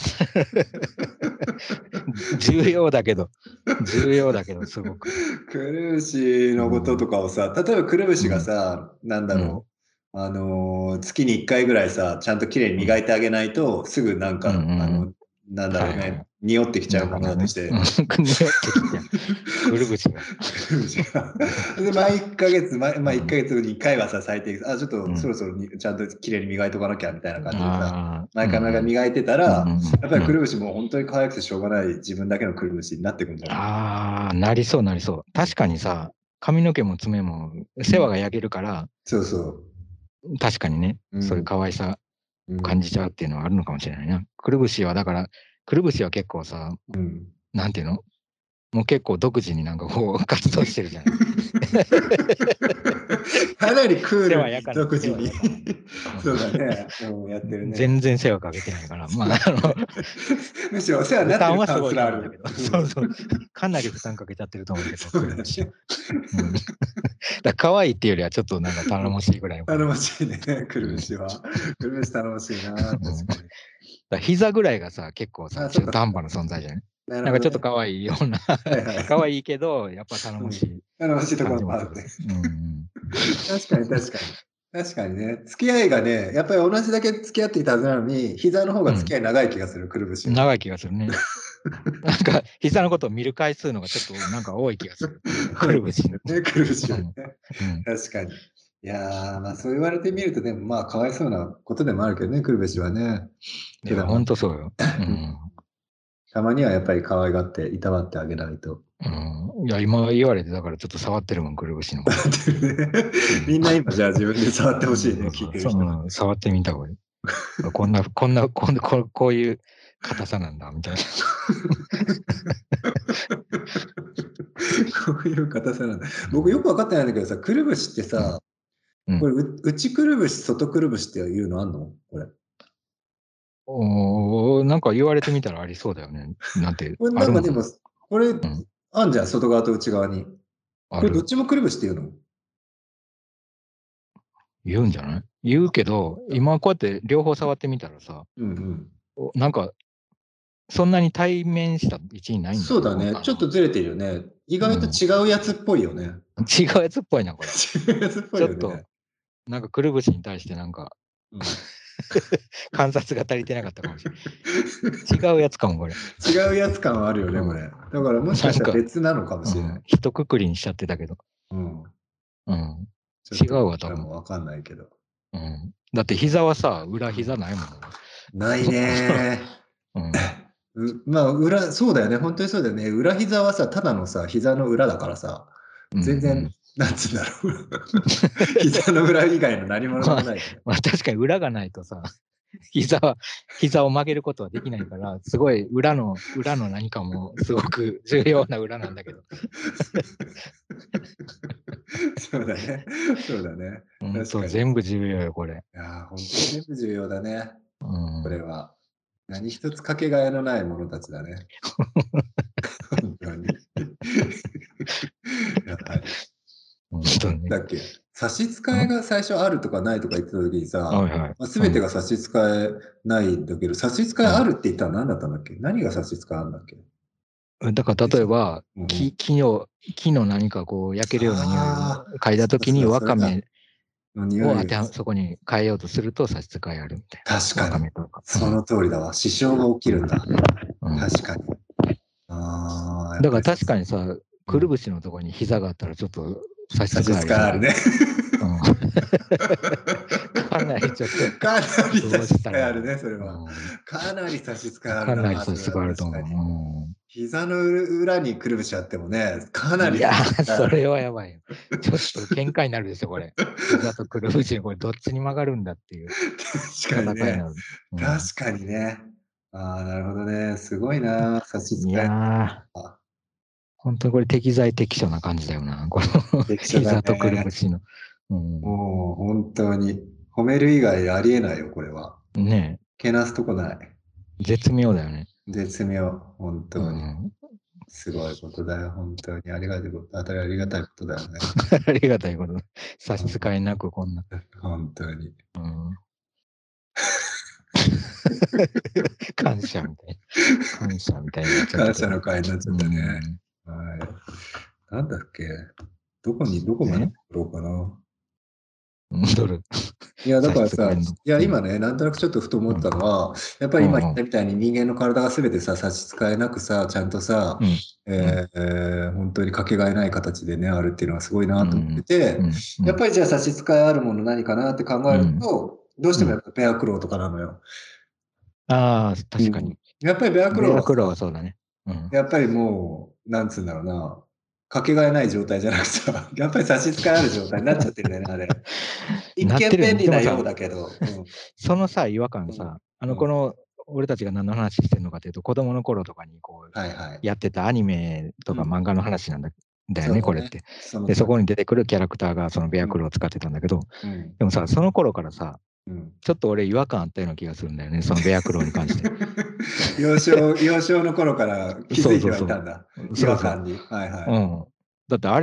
重要だけど、すごく。 くるぶしのこととかをさ、例えばくるぶしがさ、なんだろう、月に1回ぐらいさ、ちゃんときれいに磨いてあげないと、すぐなんか、なんだろうね、匂ってきちゃうものだとして。匂ってきちゃう。 くるぶしが。 で、毎1ヶ月に1回はさ、最低、ちょっとそろそろちゃんときれいに磨いとかなきゃみたいな感じでさ、毎回磨いてたら、やっぱりくるぶしも本当に可愛くてしょうがない自分だけのくるぶしになってくるんじゃない？なりそう。確かにさ、髪の毛も爪も世話が焼けるから、確かにね、そういう可愛さ感じちゃうっていうのはあるのかもしれないな。くるぶしは結構さ、なんていうの？もう結構独自になんかこう活動してるじゃん。 かなりクールに独自に。そうだね。やってるね。 全然世話かけてないから。まあ、 むしろお世話になってる感すらある。 そう。かなり負担かけちゃってると思うけど。可愛いっていうよりはちょっとなんか頼もしいぐらい。 頼もしいね、くるぶしは。くるぶし頼もしいな。確かに。 膝ぐらいがさ、結構さ、中途半端な存在じゃない？なんかちょっと可愛いような、可愛いけど、やっぱ頼もしい。 頼もしいところもあるね。確かにね。付き合いがね、やっぱり同じだけ付き合っていたはずなのに、膝の方が付き合い長い気がする、くるぶし。 長い気がするね。なんか、膝のことを見る回数のがちょっとなんか多い気がする。くるぶし。 くるぶし。確かに。いやまあそう言われてみると、でもまあかわいそうなことでもあるけどね、くるぶしはね。 いや、ほんとそうよ。 たまにはやっぱり可愛がって、いたわってあげないと。 いや、今言われて、だからちょっと触ってるもん、くるぶしの。 みんな今じゃあ自分で触ってほしいね、聞いてる人。 触ってみた方がいい。こういう硬さなんだ、みたいな。 こういう硬さなんだ。僕よく分かってないんだけどさ、くるぶしってさ、これ内くるぶし、外くるぶしっていうのあんの？これ。 なんか言われてみたらありそうだよね。なんて、 これあるもん。 なんかでも、これ、 うん。 あんじゃん、外側と内側に。これどっある。 ちもくるぶしって言うの？ 言うんじゃない？言うけど、今こうやって両方触ってみたらさ、 うんうん。 なんか、そんなに対面した位置にないんだよね、 そうだね。 この穴は。 ちょっとずれてるよね。意外とうん。 違うやつっぽいよね。 違うやつっぽいな、これ。 違うやつっぽいよね。 ちょっと、なんかくるぶしに対してなんか、 うん。 観察が足りてなかったかもしれない。違うやつかも、これ。 違うやつ感はあるよね、 うん。 これ。だからもしかしたらなんか、 別なのかもしれない。 一括りにしちゃってたけど。 うん。 うん。 ちょっとこ違うわ、多分。 れもわかんないけど。 うん。だって膝はさ、裏膝ないもんね。 ないねうん。 まあ、そうだよね。本当にそうだよね。裏膝はさ、ただのさ、膝の裏だからさ、 うんう全然、 ん。 なんつうんだろう。膝の裏以外の何物でまあ、 もないよね。 まあ確かに裏がないとさ、膝を曲げることはできないから、すごい裏の何かもすごく重要な裏なんだけど。 そうだね。そうだね。 本当確かに。い全部重要よ、これ。 やー、本当に全部重要だね。 うん。 これは。何一つかけがえのないものたちだね。本当に。やばい。 本当にね。 だっけ差し支えんが最初あるとかないとか言ってた時にさ、 はいはい。 まあ、全てが差し支えないんだけど、差し支えあるって言ったら何だったんだっけ？何が差し支えあるんだっけ？ だから例えば、 うんうん、 木の何かこう焼けるような匂いをああ、 嗅いだときにそうそう、それだ。 わかめの匂い。 をそこに変えようとすると差し支えあるみたいな。わ確かに。 かめとか。 その通りだわ。支障が起きるんだ。 うん。 確かに。ああ、やっだからぱり確かにさ、 うん、 くるぶしのところに膝があったらちょっと差し差し支えありそうだよね。 支えあるね。 うん。かなりちょっと、 かなり差どうし支したらいいんだろえあるね、それは。 う。 かなり差し支えうん。 あるな、 かなり差それはし支えあると確かに。 思う。 膝の裏にくるぶしあってもね、かなりいや差し支ー、 えある。 それはやばいよ。ちょっと喧嘩になるでしょ、これ。膝とくるぶしにこれどっちに曲がるんだっていう確かにね。 戦いになる。うん。 確かにね。ああ、なるほどね。すごいな、差し支いえ。 やー、 あ、 本当にこれ適材適所な感じだよな。この適所だ膝とくるぶね。 しの。うん、 もう本当に。褒める以外ありえないよ、これは。 ねけなすとこない。 え、絶妙だよね。 絶妙。本う当に。 ん、 すごいことだよ。本当に。ありがたいこと、ありがたいことだよね。 ありがたいこと。差し支うんえなくこんな。 本当に。 うん、感謝みたいな。感謝みたいになっちゃったけど。 感謝の会になっちゃうったね。 ん。 はい。なんだっけどこまでえ作ろうかな。 戻る。 いや、だ差しからさ、 支えんの。 いや、 うん。 今ね、なんとなくちょっとふと思うん。 ったのは、やっぱり今言っうん。 たみたいに人間の体が全てさ、差し支えなくさ、ちゃんとさ、 うん。うん。 本当にかけがえない形でね、あるっていうのはすごいなと思ってうん。 て、 うん。うん。 やっぱりじゃあ差し支えあるもの何かなって考えるうん。 と、どうしうん。 てもやっぱベアクローとかなのよ。 ああ、 うん。 確かに。 やっぱりベアクローはベアクロはさ、 そうだね。うん。 やっぱりもう、なんつうんだろうな、かけがえない状態じゃなくさ、やっぱり差し支えある状態になっちゃってるんだよね、あれ。一見なってるよね。でもさ、 便利なようだけど、 そのさ、違和感うん、 さ、 うん、うん。 この、俺たちが何の話してるのかというと、子供の頃とかにこう、 はいはい。 やってたアニメとうん。 か漫画の話だよね、 そうだね。 これって。で、 その通り。 そこに出てくるキャラクターがそのベアうん、 クルを使ってたんだけど、 うん、 でもさ、その頃からさ、 うん。 ちょっと俺違和感あったような気がするんだよね、そのベアクローに関して。 幼少の頃から気づいてはいそうそうそたんだ。 う。 違そうそ和感に。はいはう。うい。 ん。だって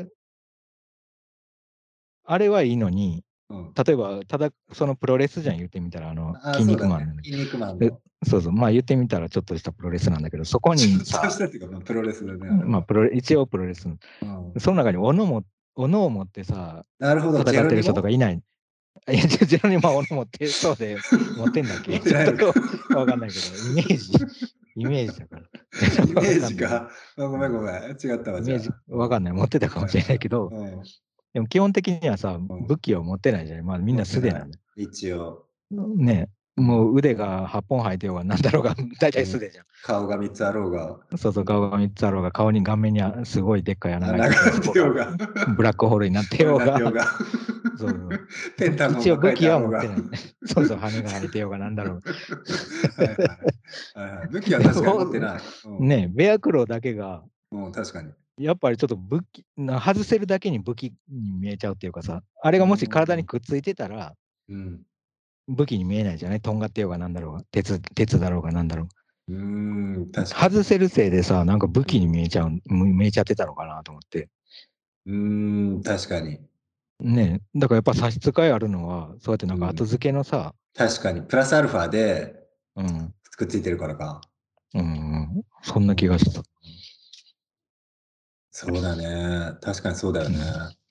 あれはいいのに、 うん。 例えば、ただそのプロレスじゃん言ってみたら、 ああ、 筋そうだね。 肉マンなんだけ筋肉マンど、での。 そうそう、まあ言ってみたらちょっとしたプロレスなんだけど、そこちょっとにさ、 したっていうか、まあ、プロレスだね、あれまあは。 一応プロレス。 うん。 その中に斧を持ってさ、 なるほど、ジェ戦ってる人とロニモかいない。いや、ジェロニモは斧持って、そうで、持ってんだっけ？ちょっ持ってないのか。 とわかんないけど、イメージだから。 イメーわかんないけど。 ジか。あごうん、 めんごめん。違ったわ、 イメージ、 じゃあ。うん。 わかんない。持ってたかもしれないはいはい。 けど、 うん。 でも基本的にはさ、 うん。 武器を持ってないじゃない。まあみんな持ってない。 素手なんだよ。 一応。 ね、 うん。 もう腕が8本生えてようがなんだろうが、大うん。 体素手じゃん。 顔が3つあろうが。 そうそう、 うん。 顔が3つあろうが、顔面にすごいでっかい穴が開い穴がてて、そこが開いてようが。 ブラックホールになってようが、 なってようが。 そうそう。 ペンタゴンが書いて一応武器あろうが。 は持ってない。そうそう、羽が生えてようがなんだろう。 はいはい。はいはい。武器はで確かに持っても、 ない。うん。 ね、ベアクローだけが、 うん、確かに。 やっぱりちょっと外せるだけに武器に見えちゃうっていうかさ、あれうがもし体にん。 くっついてたら、 うん。 武器に見えないじゃない、とんがってようがなんだろうが、鉄だろうがなんだろう。 確かに。 外せるせいでさ、なんか武器に見えちゃってたのかなと思って。 確かに。 ねえ、だからやっぱ差し支えあるのは、そうやってなんか後付けのさ、 確かに。プラスアルファで、 うん、 くっついてるからか。 そんな気がした。 そうだね。確かにそうだよね。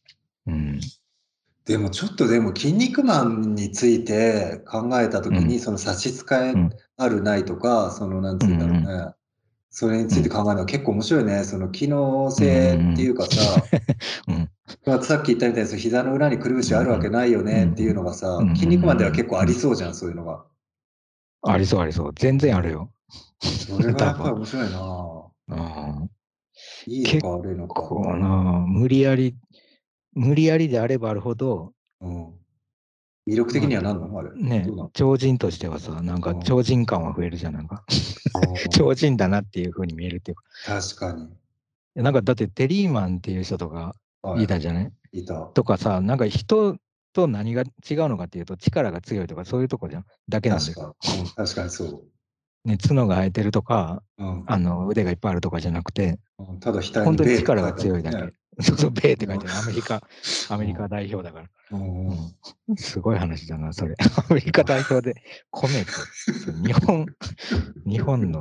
でもちょっと筋肉マンについて考えたときに、その差し支えあるないとか、そのなんつうんだろうね。それについて考えるのは結構面白いね。その機能性っていうかさ、さっき言ったみたいに膝の裏にくるぶしあるわけないよねっていうのがさ、筋肉マンでは結構ありそうじゃん、そういうのが。 ありそうありそう。全然あるよ。 それがやっぱり多分。 面白いな。いいの結か悪いのか。 構な、無理やりであればあるほど、 魅力的にはなんのあれ。 ね、超人としてはさ、なんか超人感は増えるじゃん、なんか。超人だなっていう風に見えるっていうか。 確かに。 なんかだってテリーマンっていう人とかいたじゃない、 いた。 とかさ、なんか人と何が違うのかっていうと、力が強いとかそういうとこじゃん。だけなんで。 確かにそう。 ね、角が生えてるとか、腕がいっぱいあるとかじゃなくて、 ただ額本当ににベーって書力がいてある強いだけ。そうそう、ベーって書いてる。アメリカ代表だから。すごい話だな、それ。アメリカ代表で米って、日本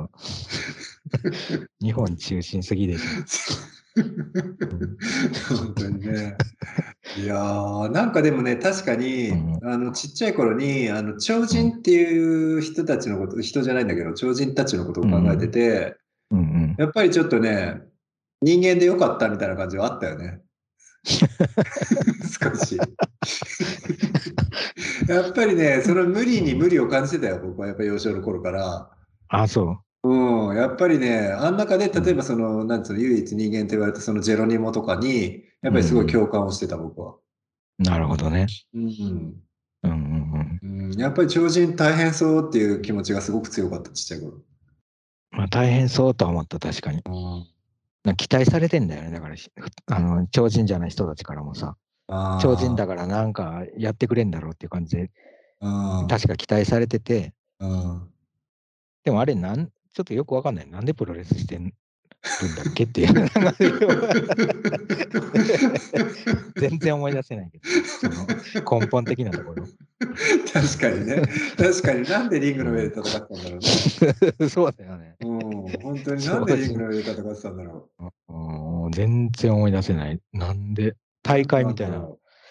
中心すぎでしょ。 本当にね。いやー、なんかでもね、確かに、ちっちゃい頃に、超人っていう人たちのこと、人じゃないんだけど、超人たちのことを考えてて、やっぱりちょっとね、人間でよかったみたいな感じはあったよね。少し。やっぱりね、その無理に無理を感じてたよ、僕はやっぱ幼少の頃から。 あ、そう。 やっぱりね、あん中で、例えばその、なんつうの、唯一人間と言われたそのジェロニモとかに、やっぱりすごい共感をしてた、僕は。 なるほどね。 やっぱり超人大変そうっていう気持ちがすごく強かった、ちっちゃい頃。 まあ大変そうとは思った、確かに。期待されてんだよね、だから超人じゃない人たちからもさ、超人だからなんかやってくれんだろうっていう感じで、確か期待されてて、でもあれちょっとよくわかんない。なんでプロレスしてるんだっけっていう。全然思い出せないけど、その根本的なところ。 確かにね。確かになんでリングの上で戦ってたんだろうね。 そうだよね。 本当になんでリングの上で戦ってたんだろう。全然思い出せない。なんで大会みたいな。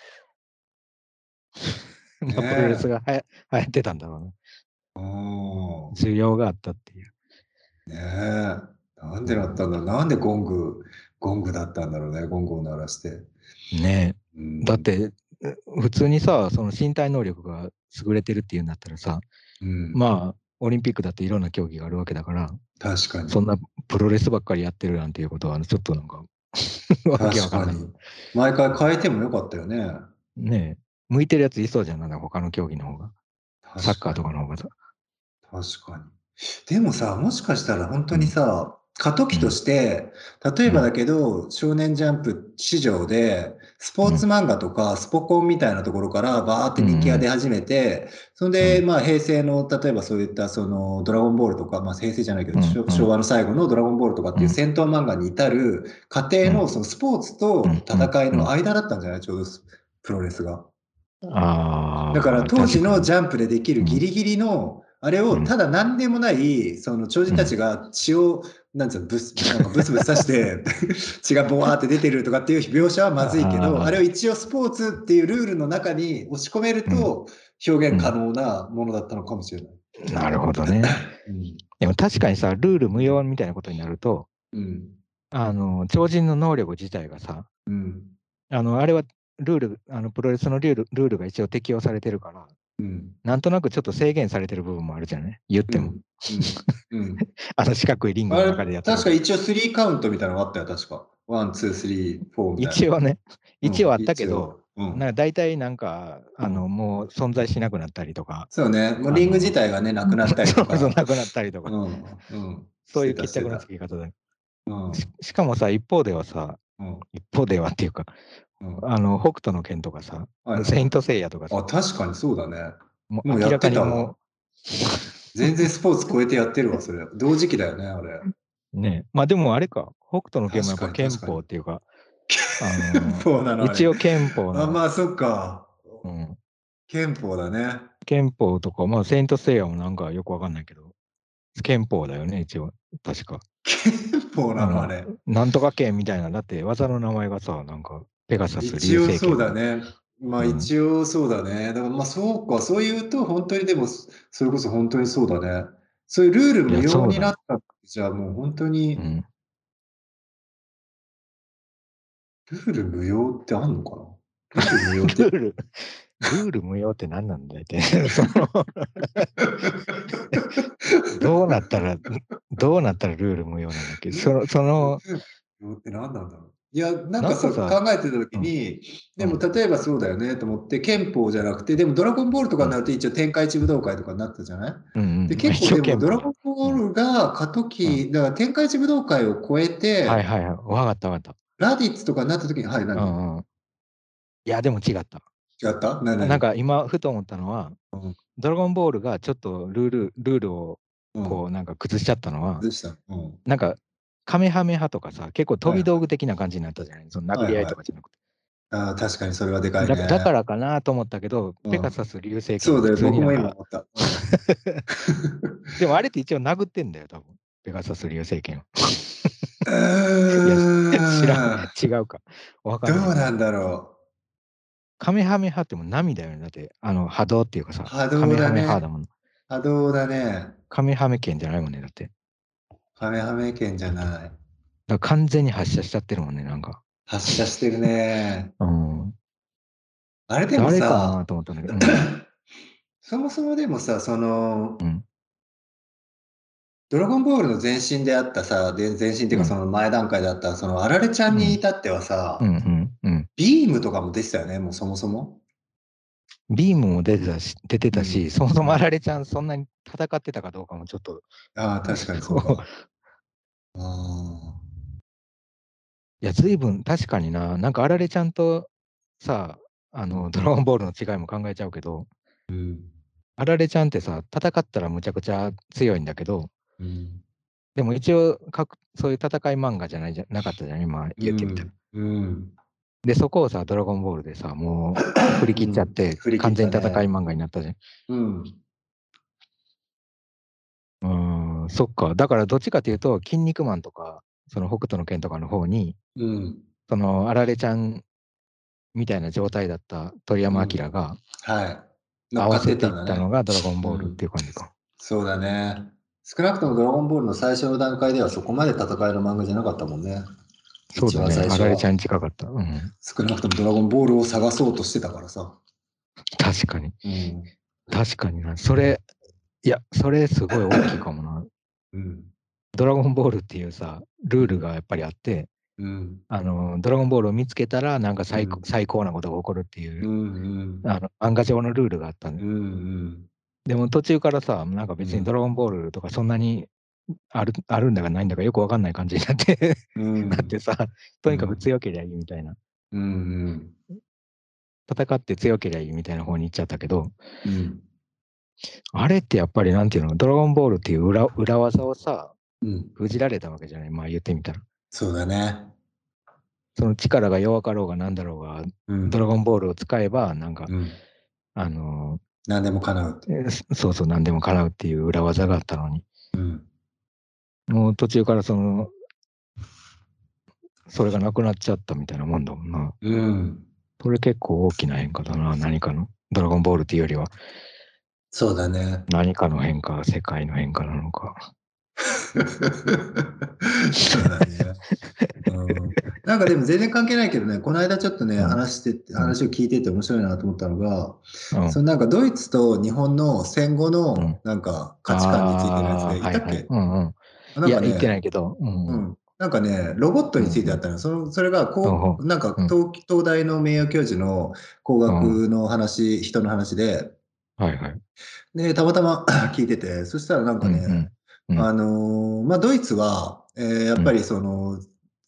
プロレスが流行ってたんだろうね。需要があったっていう。 ねえ。なんでだったんだろう。なんでゴングだったんだろうね。ゴングを鳴らして。 ねえ。だって、普通にさ、その身体能力が優れてるっていうんだったらさ、まあ、オリンピックだっていろんな競技があるわけだから、 確かに。 そんなプロレスばっかりやってるなんていうことは、ちょっとなんかわけわかんない。 毎回変えてもよかったよね。 ねえ。向いてるやついそうじゃん、なんか他の競技の方が。サッカーとかの方がさ。 確かに。でもさ、もしかしたら本当にさ、過渡期として、例えばだけど、少年ジャンプ市場で、スポーツ漫画とかスポコンみたいなところからバーって人気が出始めて、そんで、まあ平成の、例えばそういったそのドラゴンボールとか、まあ平成じゃないけど、昭和の最後のドラゴンボールとかっていう戦闘漫画に至る過程のそのスポーツと戦いの間だったんじゃないちょうどプロレスが。だから当時のジャンプでできるギリギリの、あれをただ何でもない、その超人たちが血を、なんつうの、なんかブスブス刺して血がボワーって出てるとかっていう描写はまずいけど、あれを一応スポーツっていうルールの中に押し込めると表現可能なものだったのかもしれない。 なるほどね。でも確かにさ、ルール無用みたいなことになると、超人の能力自体がさ、あれはルール、プロレスのルールが一応適用されてるから、なんとなくちょっと制限されてる部分もあるじゃない言っても。四角いリングの中でやってる。 確か一応3カウントみたいなのがあったよ、確か。1、2、3、4みたいな。 一応ね、一応あったけど、大体なんか、もう存在しなくなったりとか。 そうね、もうリング自体がね、なくなったりとか。 そう、なくなったりとか。そういう決着のつき方だ。しかもさ、一方ではっていうか、北斗の拳とかさ、セイントセイヤとかさ。 確かにそうだね。 もう明らかにやってたわ。 も全然スポーツ超えてやってるわ、それ。同時期だよね、あれ。 う、ね。まあでもあれか、北斗の拳もやっぱ憲確かに確かに。 法っていうか、 憲法なの、あれ。 一応憲法あ、 の、 まあ、そっか。 うん、 憲法だね。 憲法とか、まあセイントセイヤもなんかよくわかんないけど、憲法だよね、一応。確か。 憲法なの、あれ。 なんとか剣みたいな、だって技の名前がさ、なんか、ペガサス流一応そう星剣みたいだね。まあな。うん。 一応そうだね。だからまあそうか。そう言うと本当にでも、それこそ本当にそうだね。そういうルールいや、 無用そうだ。 になったってじゃあもう本当に、 うん。 ルール無用ってあんのかな。ルール無用って。 ルール、ルール無用って何なんだよって。そのどうなったら、どうなったらルール無用なんだっけ。 無用って何なんだろう。いや、なんかそうなんかさ、 考えてた時うん、 に、でもうん、 例えばそうだよねと思って、憲法じゃなくて、でもドラゴンボールとかうん、 になると一応天下一武道会とかになったじゃない。 うん、 で、 うん。まあ、一応結構でも憲法だ。 ドラゴンボーうん、 ルが過渡うん。 期、だから天下一武道会を超えて、 はいはいはい。わかったわかっラディッツとかになった時に、はい、 た。う何んうん。いや、でも違った。 違った何なん何か今、ふと思ったのは、 うん、 ドラゴンボールがちょっとルールをうん、 こうなんか崩しちゃったのは、 どうしたうん。 なんかカメハメハとかさ、結構飛はいはい。 び道具的な感じになったじゃない、その殴り合いはいはい。 とかじゃなくて。 ああ、確かにそれはでかいね。 だからかなと思ったけど、ペガうん。 サス流星拳は普そうだよ、僕も通になんか今思った。うん。 でもあれって一応殴ってんだよ、多分。ペガサス流星拳を。 ういや、知らん、 ーん。 違うか。わかどんないけど。 うなんだろう。 カメハメハってもう波だよね。だって、波動っていうかさ、 波動カメハだね。 メハだもん。 波動だね。 カメハメ拳じゃないもんね、だって。 カメハメ剣じゃない。 だから完全に発射しちゃってるもんね、なんか。 発射してるね。 うん。 あれでも誰かなさ、 と思ったんだけど、うん。 そもそもでもさ、 うん。 ドラゴンボールの前身であったさ、前身っていうかそうん。 の前段階であった、そのあられちゃんにうん。 至ってはうん。うさ、 ん。うん。 ビームとかも出てたよね、もうそもそも。 ビームも出てたし、 うん。 そもそうん。 もあられちゃんそんなに戦ってたかどうかもちょっとああ、確かにそうか。ああ。 いや、随分、確かにな、なんかあられちゃんとさ、 うん。 ドラゴンボールの違いも考えちゃうけど、 うん。 あられちゃんってさ、戦ったらむちゃくちゃ強いんだけど、 うん。 でも一応そういう戦い漫画じゃなかったじゃん、今う言ってみたら。 ん。うん。 で、そこをさ、ドラゴンボールでさ、もう振り切っちゃっうん。 て、 振り切っ完全に戦いたね。 漫画になったじゃん。 うん。 そっか。だからどっちかというと、筋肉マンとか、その北斗の拳とかの方に、 うん。 そのあられちゃんみたいな状態だった鳥山うん。 明がはい。乗っ合わかってせていったったんだね。 のがドラゴンボールっうん。 ていう感じか。 そうだね。少なくともドラゴンボールの最初の段階ではそこまで戦いの漫画じゃなかったもんね。一番そうだね。 最初は。 あられちゃんに近かった。うん。 少なくともドラゴンボールを探そうとしてたからさ。 確かに。 うん。 確かにな。それすごい大きいかもな。 うん。 ドラゴンボールっていうさ、ルールうん。 がやっぱりあって、 うん。 ドラゴンボールを見つけたら、なんかうん。 最高なことが起こるっていうう、 ん。 漫画上のルールがあったね。 うん。うん。 でも途中からさ、なんか別にドうん。 ラゴンボールとかそんなにあるんだかないんだかよくわかんない感じになってうなっん。 てさ、とにかくうん。 強ければいいみたいな。 うん。 戦って強ければいいみたいな方に行っちゃったけど、 うん。 あれってやっぱりなんていうの、ドラゴンボールっていう裏技をさ、 うん。 封じられたわけじゃない、まあ言ってみたら。 そうだね。 その力が弱かろうがなんだろうが、ドラうん。 ゴンボールを使えば、なんか、 うん。 あの何でも叶う。 そうそう、何でも叶うっていう裏技があったのに、 うん。 もう途中からそれがなくなっちゃったみたいなもんだもんな。 うん。 それ結構大きな変化だな、何かの。ドラゴンボールっていうよりは、 そうだね。 何かの変化、世界の変化なのか。 そうだね。うん。なんかでも全然関係ないけどね、この間ちょっとね、 うん、うん、 話を聞いてて面白いなと思ったのが、 うん、 そのなんかドイツと日本の戦後うん。 のなんか価値観についてのやつああ、 で、いはいはい。 たっけ。 うんうん。 ないや、言ってんかね、 ないけど、うん、うん、 うん。なんかね、ロボットについてあっうん。 たの。それがほなんかう、うん、 東大の名誉教授の工うん。 学の話、人の話で、 はいはい。 で、たまたま聞いてて、そしたらなんうん、 かね、 うん、うん、 まあ、ドイツは、やっぱうん、 りその、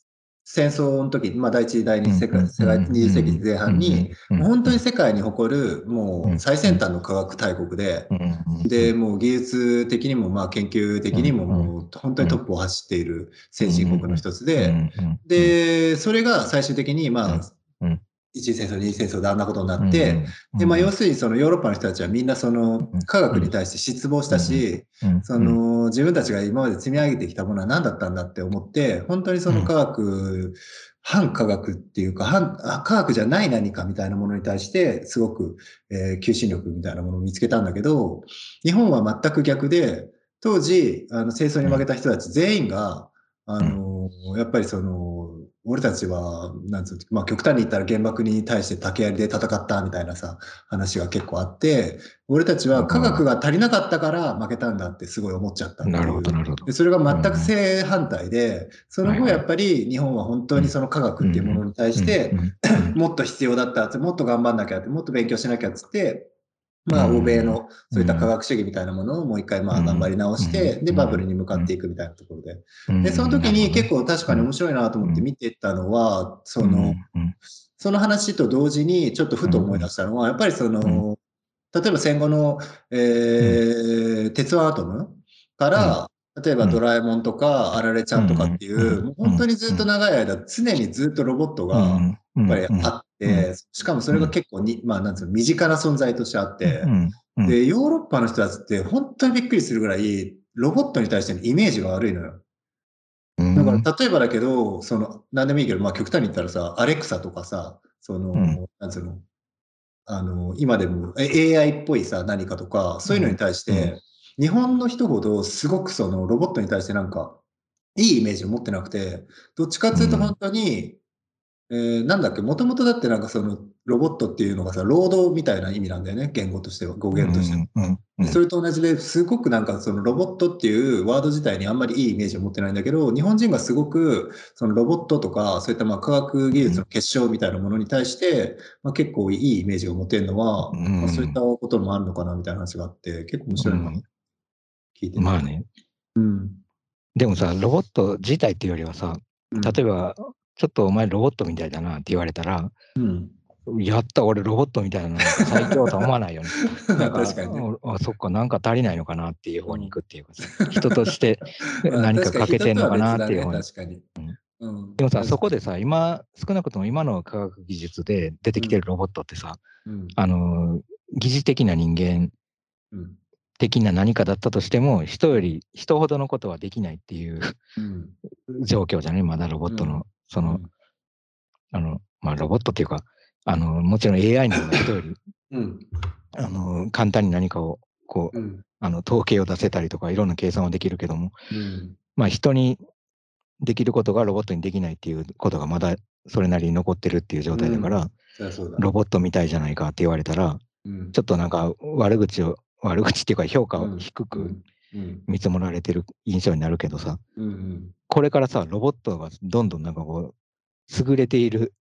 戦争の時、まあ、第一次、第二次世界、20世紀前半に、本当に世界に誇る、もう最先端の科学大国で、で、もう技術的にも、まあ研究的にも、もう本当にトップを走っている先進国の一つで、で、それが最終的に、まあ、一次戦争、二次戦争であんなことになって、で、まあ、要するにそのヨーロッパの人たちはみんなその科学に対して失望したし、その自分たちが今まで積み上げてきたものは何だったんだって思って、本当にその科学、反科学っていうか、科学じゃない何かみたいなものに対して、すごく、求心力みたいなものを見つけたんだけど、日本は全く逆で、当時、戦争に負けた人たち全員が、やっぱりその、俺たちは、なんつうまあ極端に言ったら原爆に対して竹槍で戦ったみたいなさ、話が結構あって、俺たちは科学が足りなかったから負けたんだってすごい思っちゃったっていう。 なるほど、なるほど。 でそれが全く正反対で、その後やっぱり日本は本当にその科学っていうものに対して、もっと必要だったって、もっと頑張んなきゃって、もっと勉強しなきゃっつって、まあ、欧米のそういった科学主義みたいなものをもう一回まあ頑張り直して、で、バブルに向かっていくみたいなところで。で、その時に結構確かに面白いなと思って見てたのは、その話と同時にちょっとふと思い出したのは、やっぱりその、例えば戦後の、鉄腕アトムから、例えばドラえもんとか、あられちゃんとかっていう、もう本当にずっと長い間、常にずっとロボットが、やっぱりあって、しかもそれが結構に、まあなんつうの、身近な存在としてあって、で、ヨーロッパの人たちって本当にびっくりするぐらい、ロボットに対してのイメージが悪いのよ。だから例えばだけど、その、なんでもいいけど、まあ極端に言ったらさ、アレクサとかさ、その、なんつうの、今でも AI っぽいさ、何かとか、そういうのに対して、日本の人ほどすごくそのロボットに対してなんか、いいイメージを持ってなくて、どっちかっていうと本当に、なんだっけ、もともとだってなんかそのロボットっていうのがさ、労働みたいな意味なんだよね、言語としては、語源としては。でそれと同じですごくなんかそのロボットっていうワード自体にあんまりいいイメージを持ってないんだけど、日本人がすごくそのロボットとか、そういったまあ科学技術の結晶みたいなものに対して、まあ、結構いいイメージを持てるのは、まあ、そういったこともあるのかなみたいな話があって、結構面白いな、聞いてまあね。でもさ、ロボット自体っていうよりはさ、例えば、ちょっとお前ロボットみたいだなって言われたら、やった、俺ロボットみたいな、なんか最強とは思わないよね。なんか、あ、そっか、なんか足りないのかなっていう方に行くっていうかさ、人として何か欠けてんのかなっていう方に。でもさ、そこでさ、今、少なくとも今の科学技術で出てきてるロボットってさ、疑似的な人間的な何かだったとしても、人ほどのことはできないっていう状況じゃね、まだロボットの、その、まあ、ロボットっていうか、もちろん AI の方が人より、簡単に何かを、こう、統計を出せたりとか、いろんな計算はできるけども、まあ、人にできることがロボットにできないっていうことがまだそれなりに残ってるっていう状態だから、ロボットみたいじゃないかって言われたら、ちょっとなんか悪口っていうか評価を低く見積もられてる印象になるけどさ、これからさ、ロボットがどんどんなんかこう、優れている、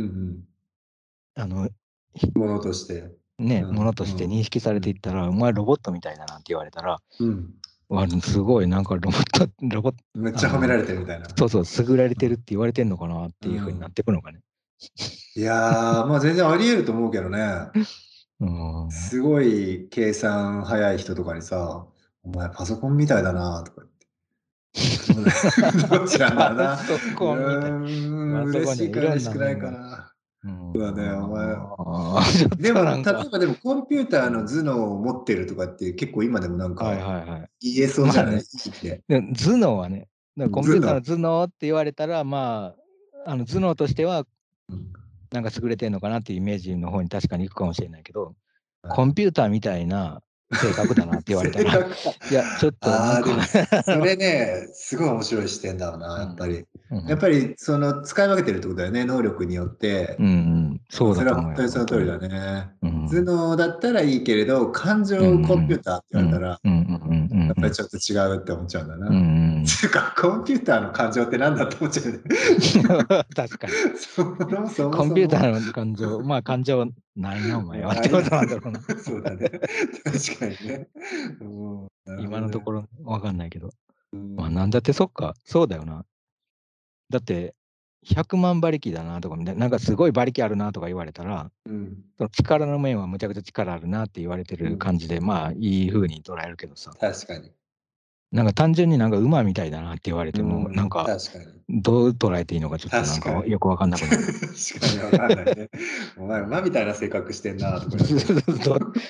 ものとして。 ね、ものとして認識されていったら、お前ロボットみたいだなって言われたら、すごいなんかロボット、 めっちゃ褒められてるみたいな。 そうそう、優れてるって言われてんのかなっていうふうになってくのかね。 いやー、まあ全然あり得ると思うけどね。すごい計算早い人とかにさ、お前パソコンみたいだなとか言って。どっちなんだろうな。 パソコンみたい。 嬉しいか嬉しくないかな。そうだね、お前。でも、例えばでもコンピューターの頭脳を持ってるとかって結構今でもなんか言えそうじゃない、 頭脳はね、コンピューターの頭脳って言われたら、まあ、頭脳としては、なんか優れてるのかなっていうイメージの方に確かに行くかもしれないけど、コンピューターみたいな性格だなって言われたら、いや、ちょっとなんかそれね、すごい面白い視点だわな、やっぱり。やっぱり、その、使い分けてるってことだよね、能力によって。 そうだと思うよ。 それは本当にその通りだね。頭脳だったらいいけれど、感情コンピューターって言われたら、やっぱりちょっと違うって思っちゃうんだな。つうか、コンピューターの感情って何だって思っちゃうね。 確かに。コンピューターの感情、まあ感情ないな、お前は。ってことなんだろうな。 そうだね。確かにね。 今のところわかんないけど。まあなんだってそっか、そうだよな。だって、 100万馬力だなとか、なんかすごい馬力あるなとか言われたら、その力の面はむちゃくちゃ力あるなって言われてる感じで、まあいい風に捉えるけどさ。 確かに。 なんか単純になんか馬みたいだなって言われても、なんか確かに。 どう捉えていいのかちょっとなんかよくわかんなくなる。 確かにわかんないね。お前馬みたいな性格してんなとか言って。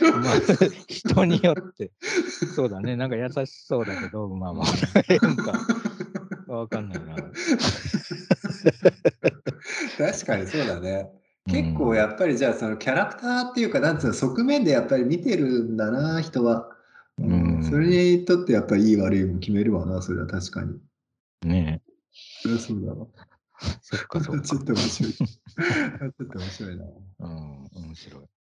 まあ人によってそうだね、なんか優しそうだけど馬も変かわかんないな。 確かにそうだね。結構やっぱりじゃあそのキャラクターっていうか、なんつうの、側面でやっぱり見てるんだな、人は。それにとってやっぱりいい悪いも決めるわな、それは確かに。 ねえ。 それはそうだわ。 そっかそっか。 ちょっと面白い。ちょっと面白いな。 面白い。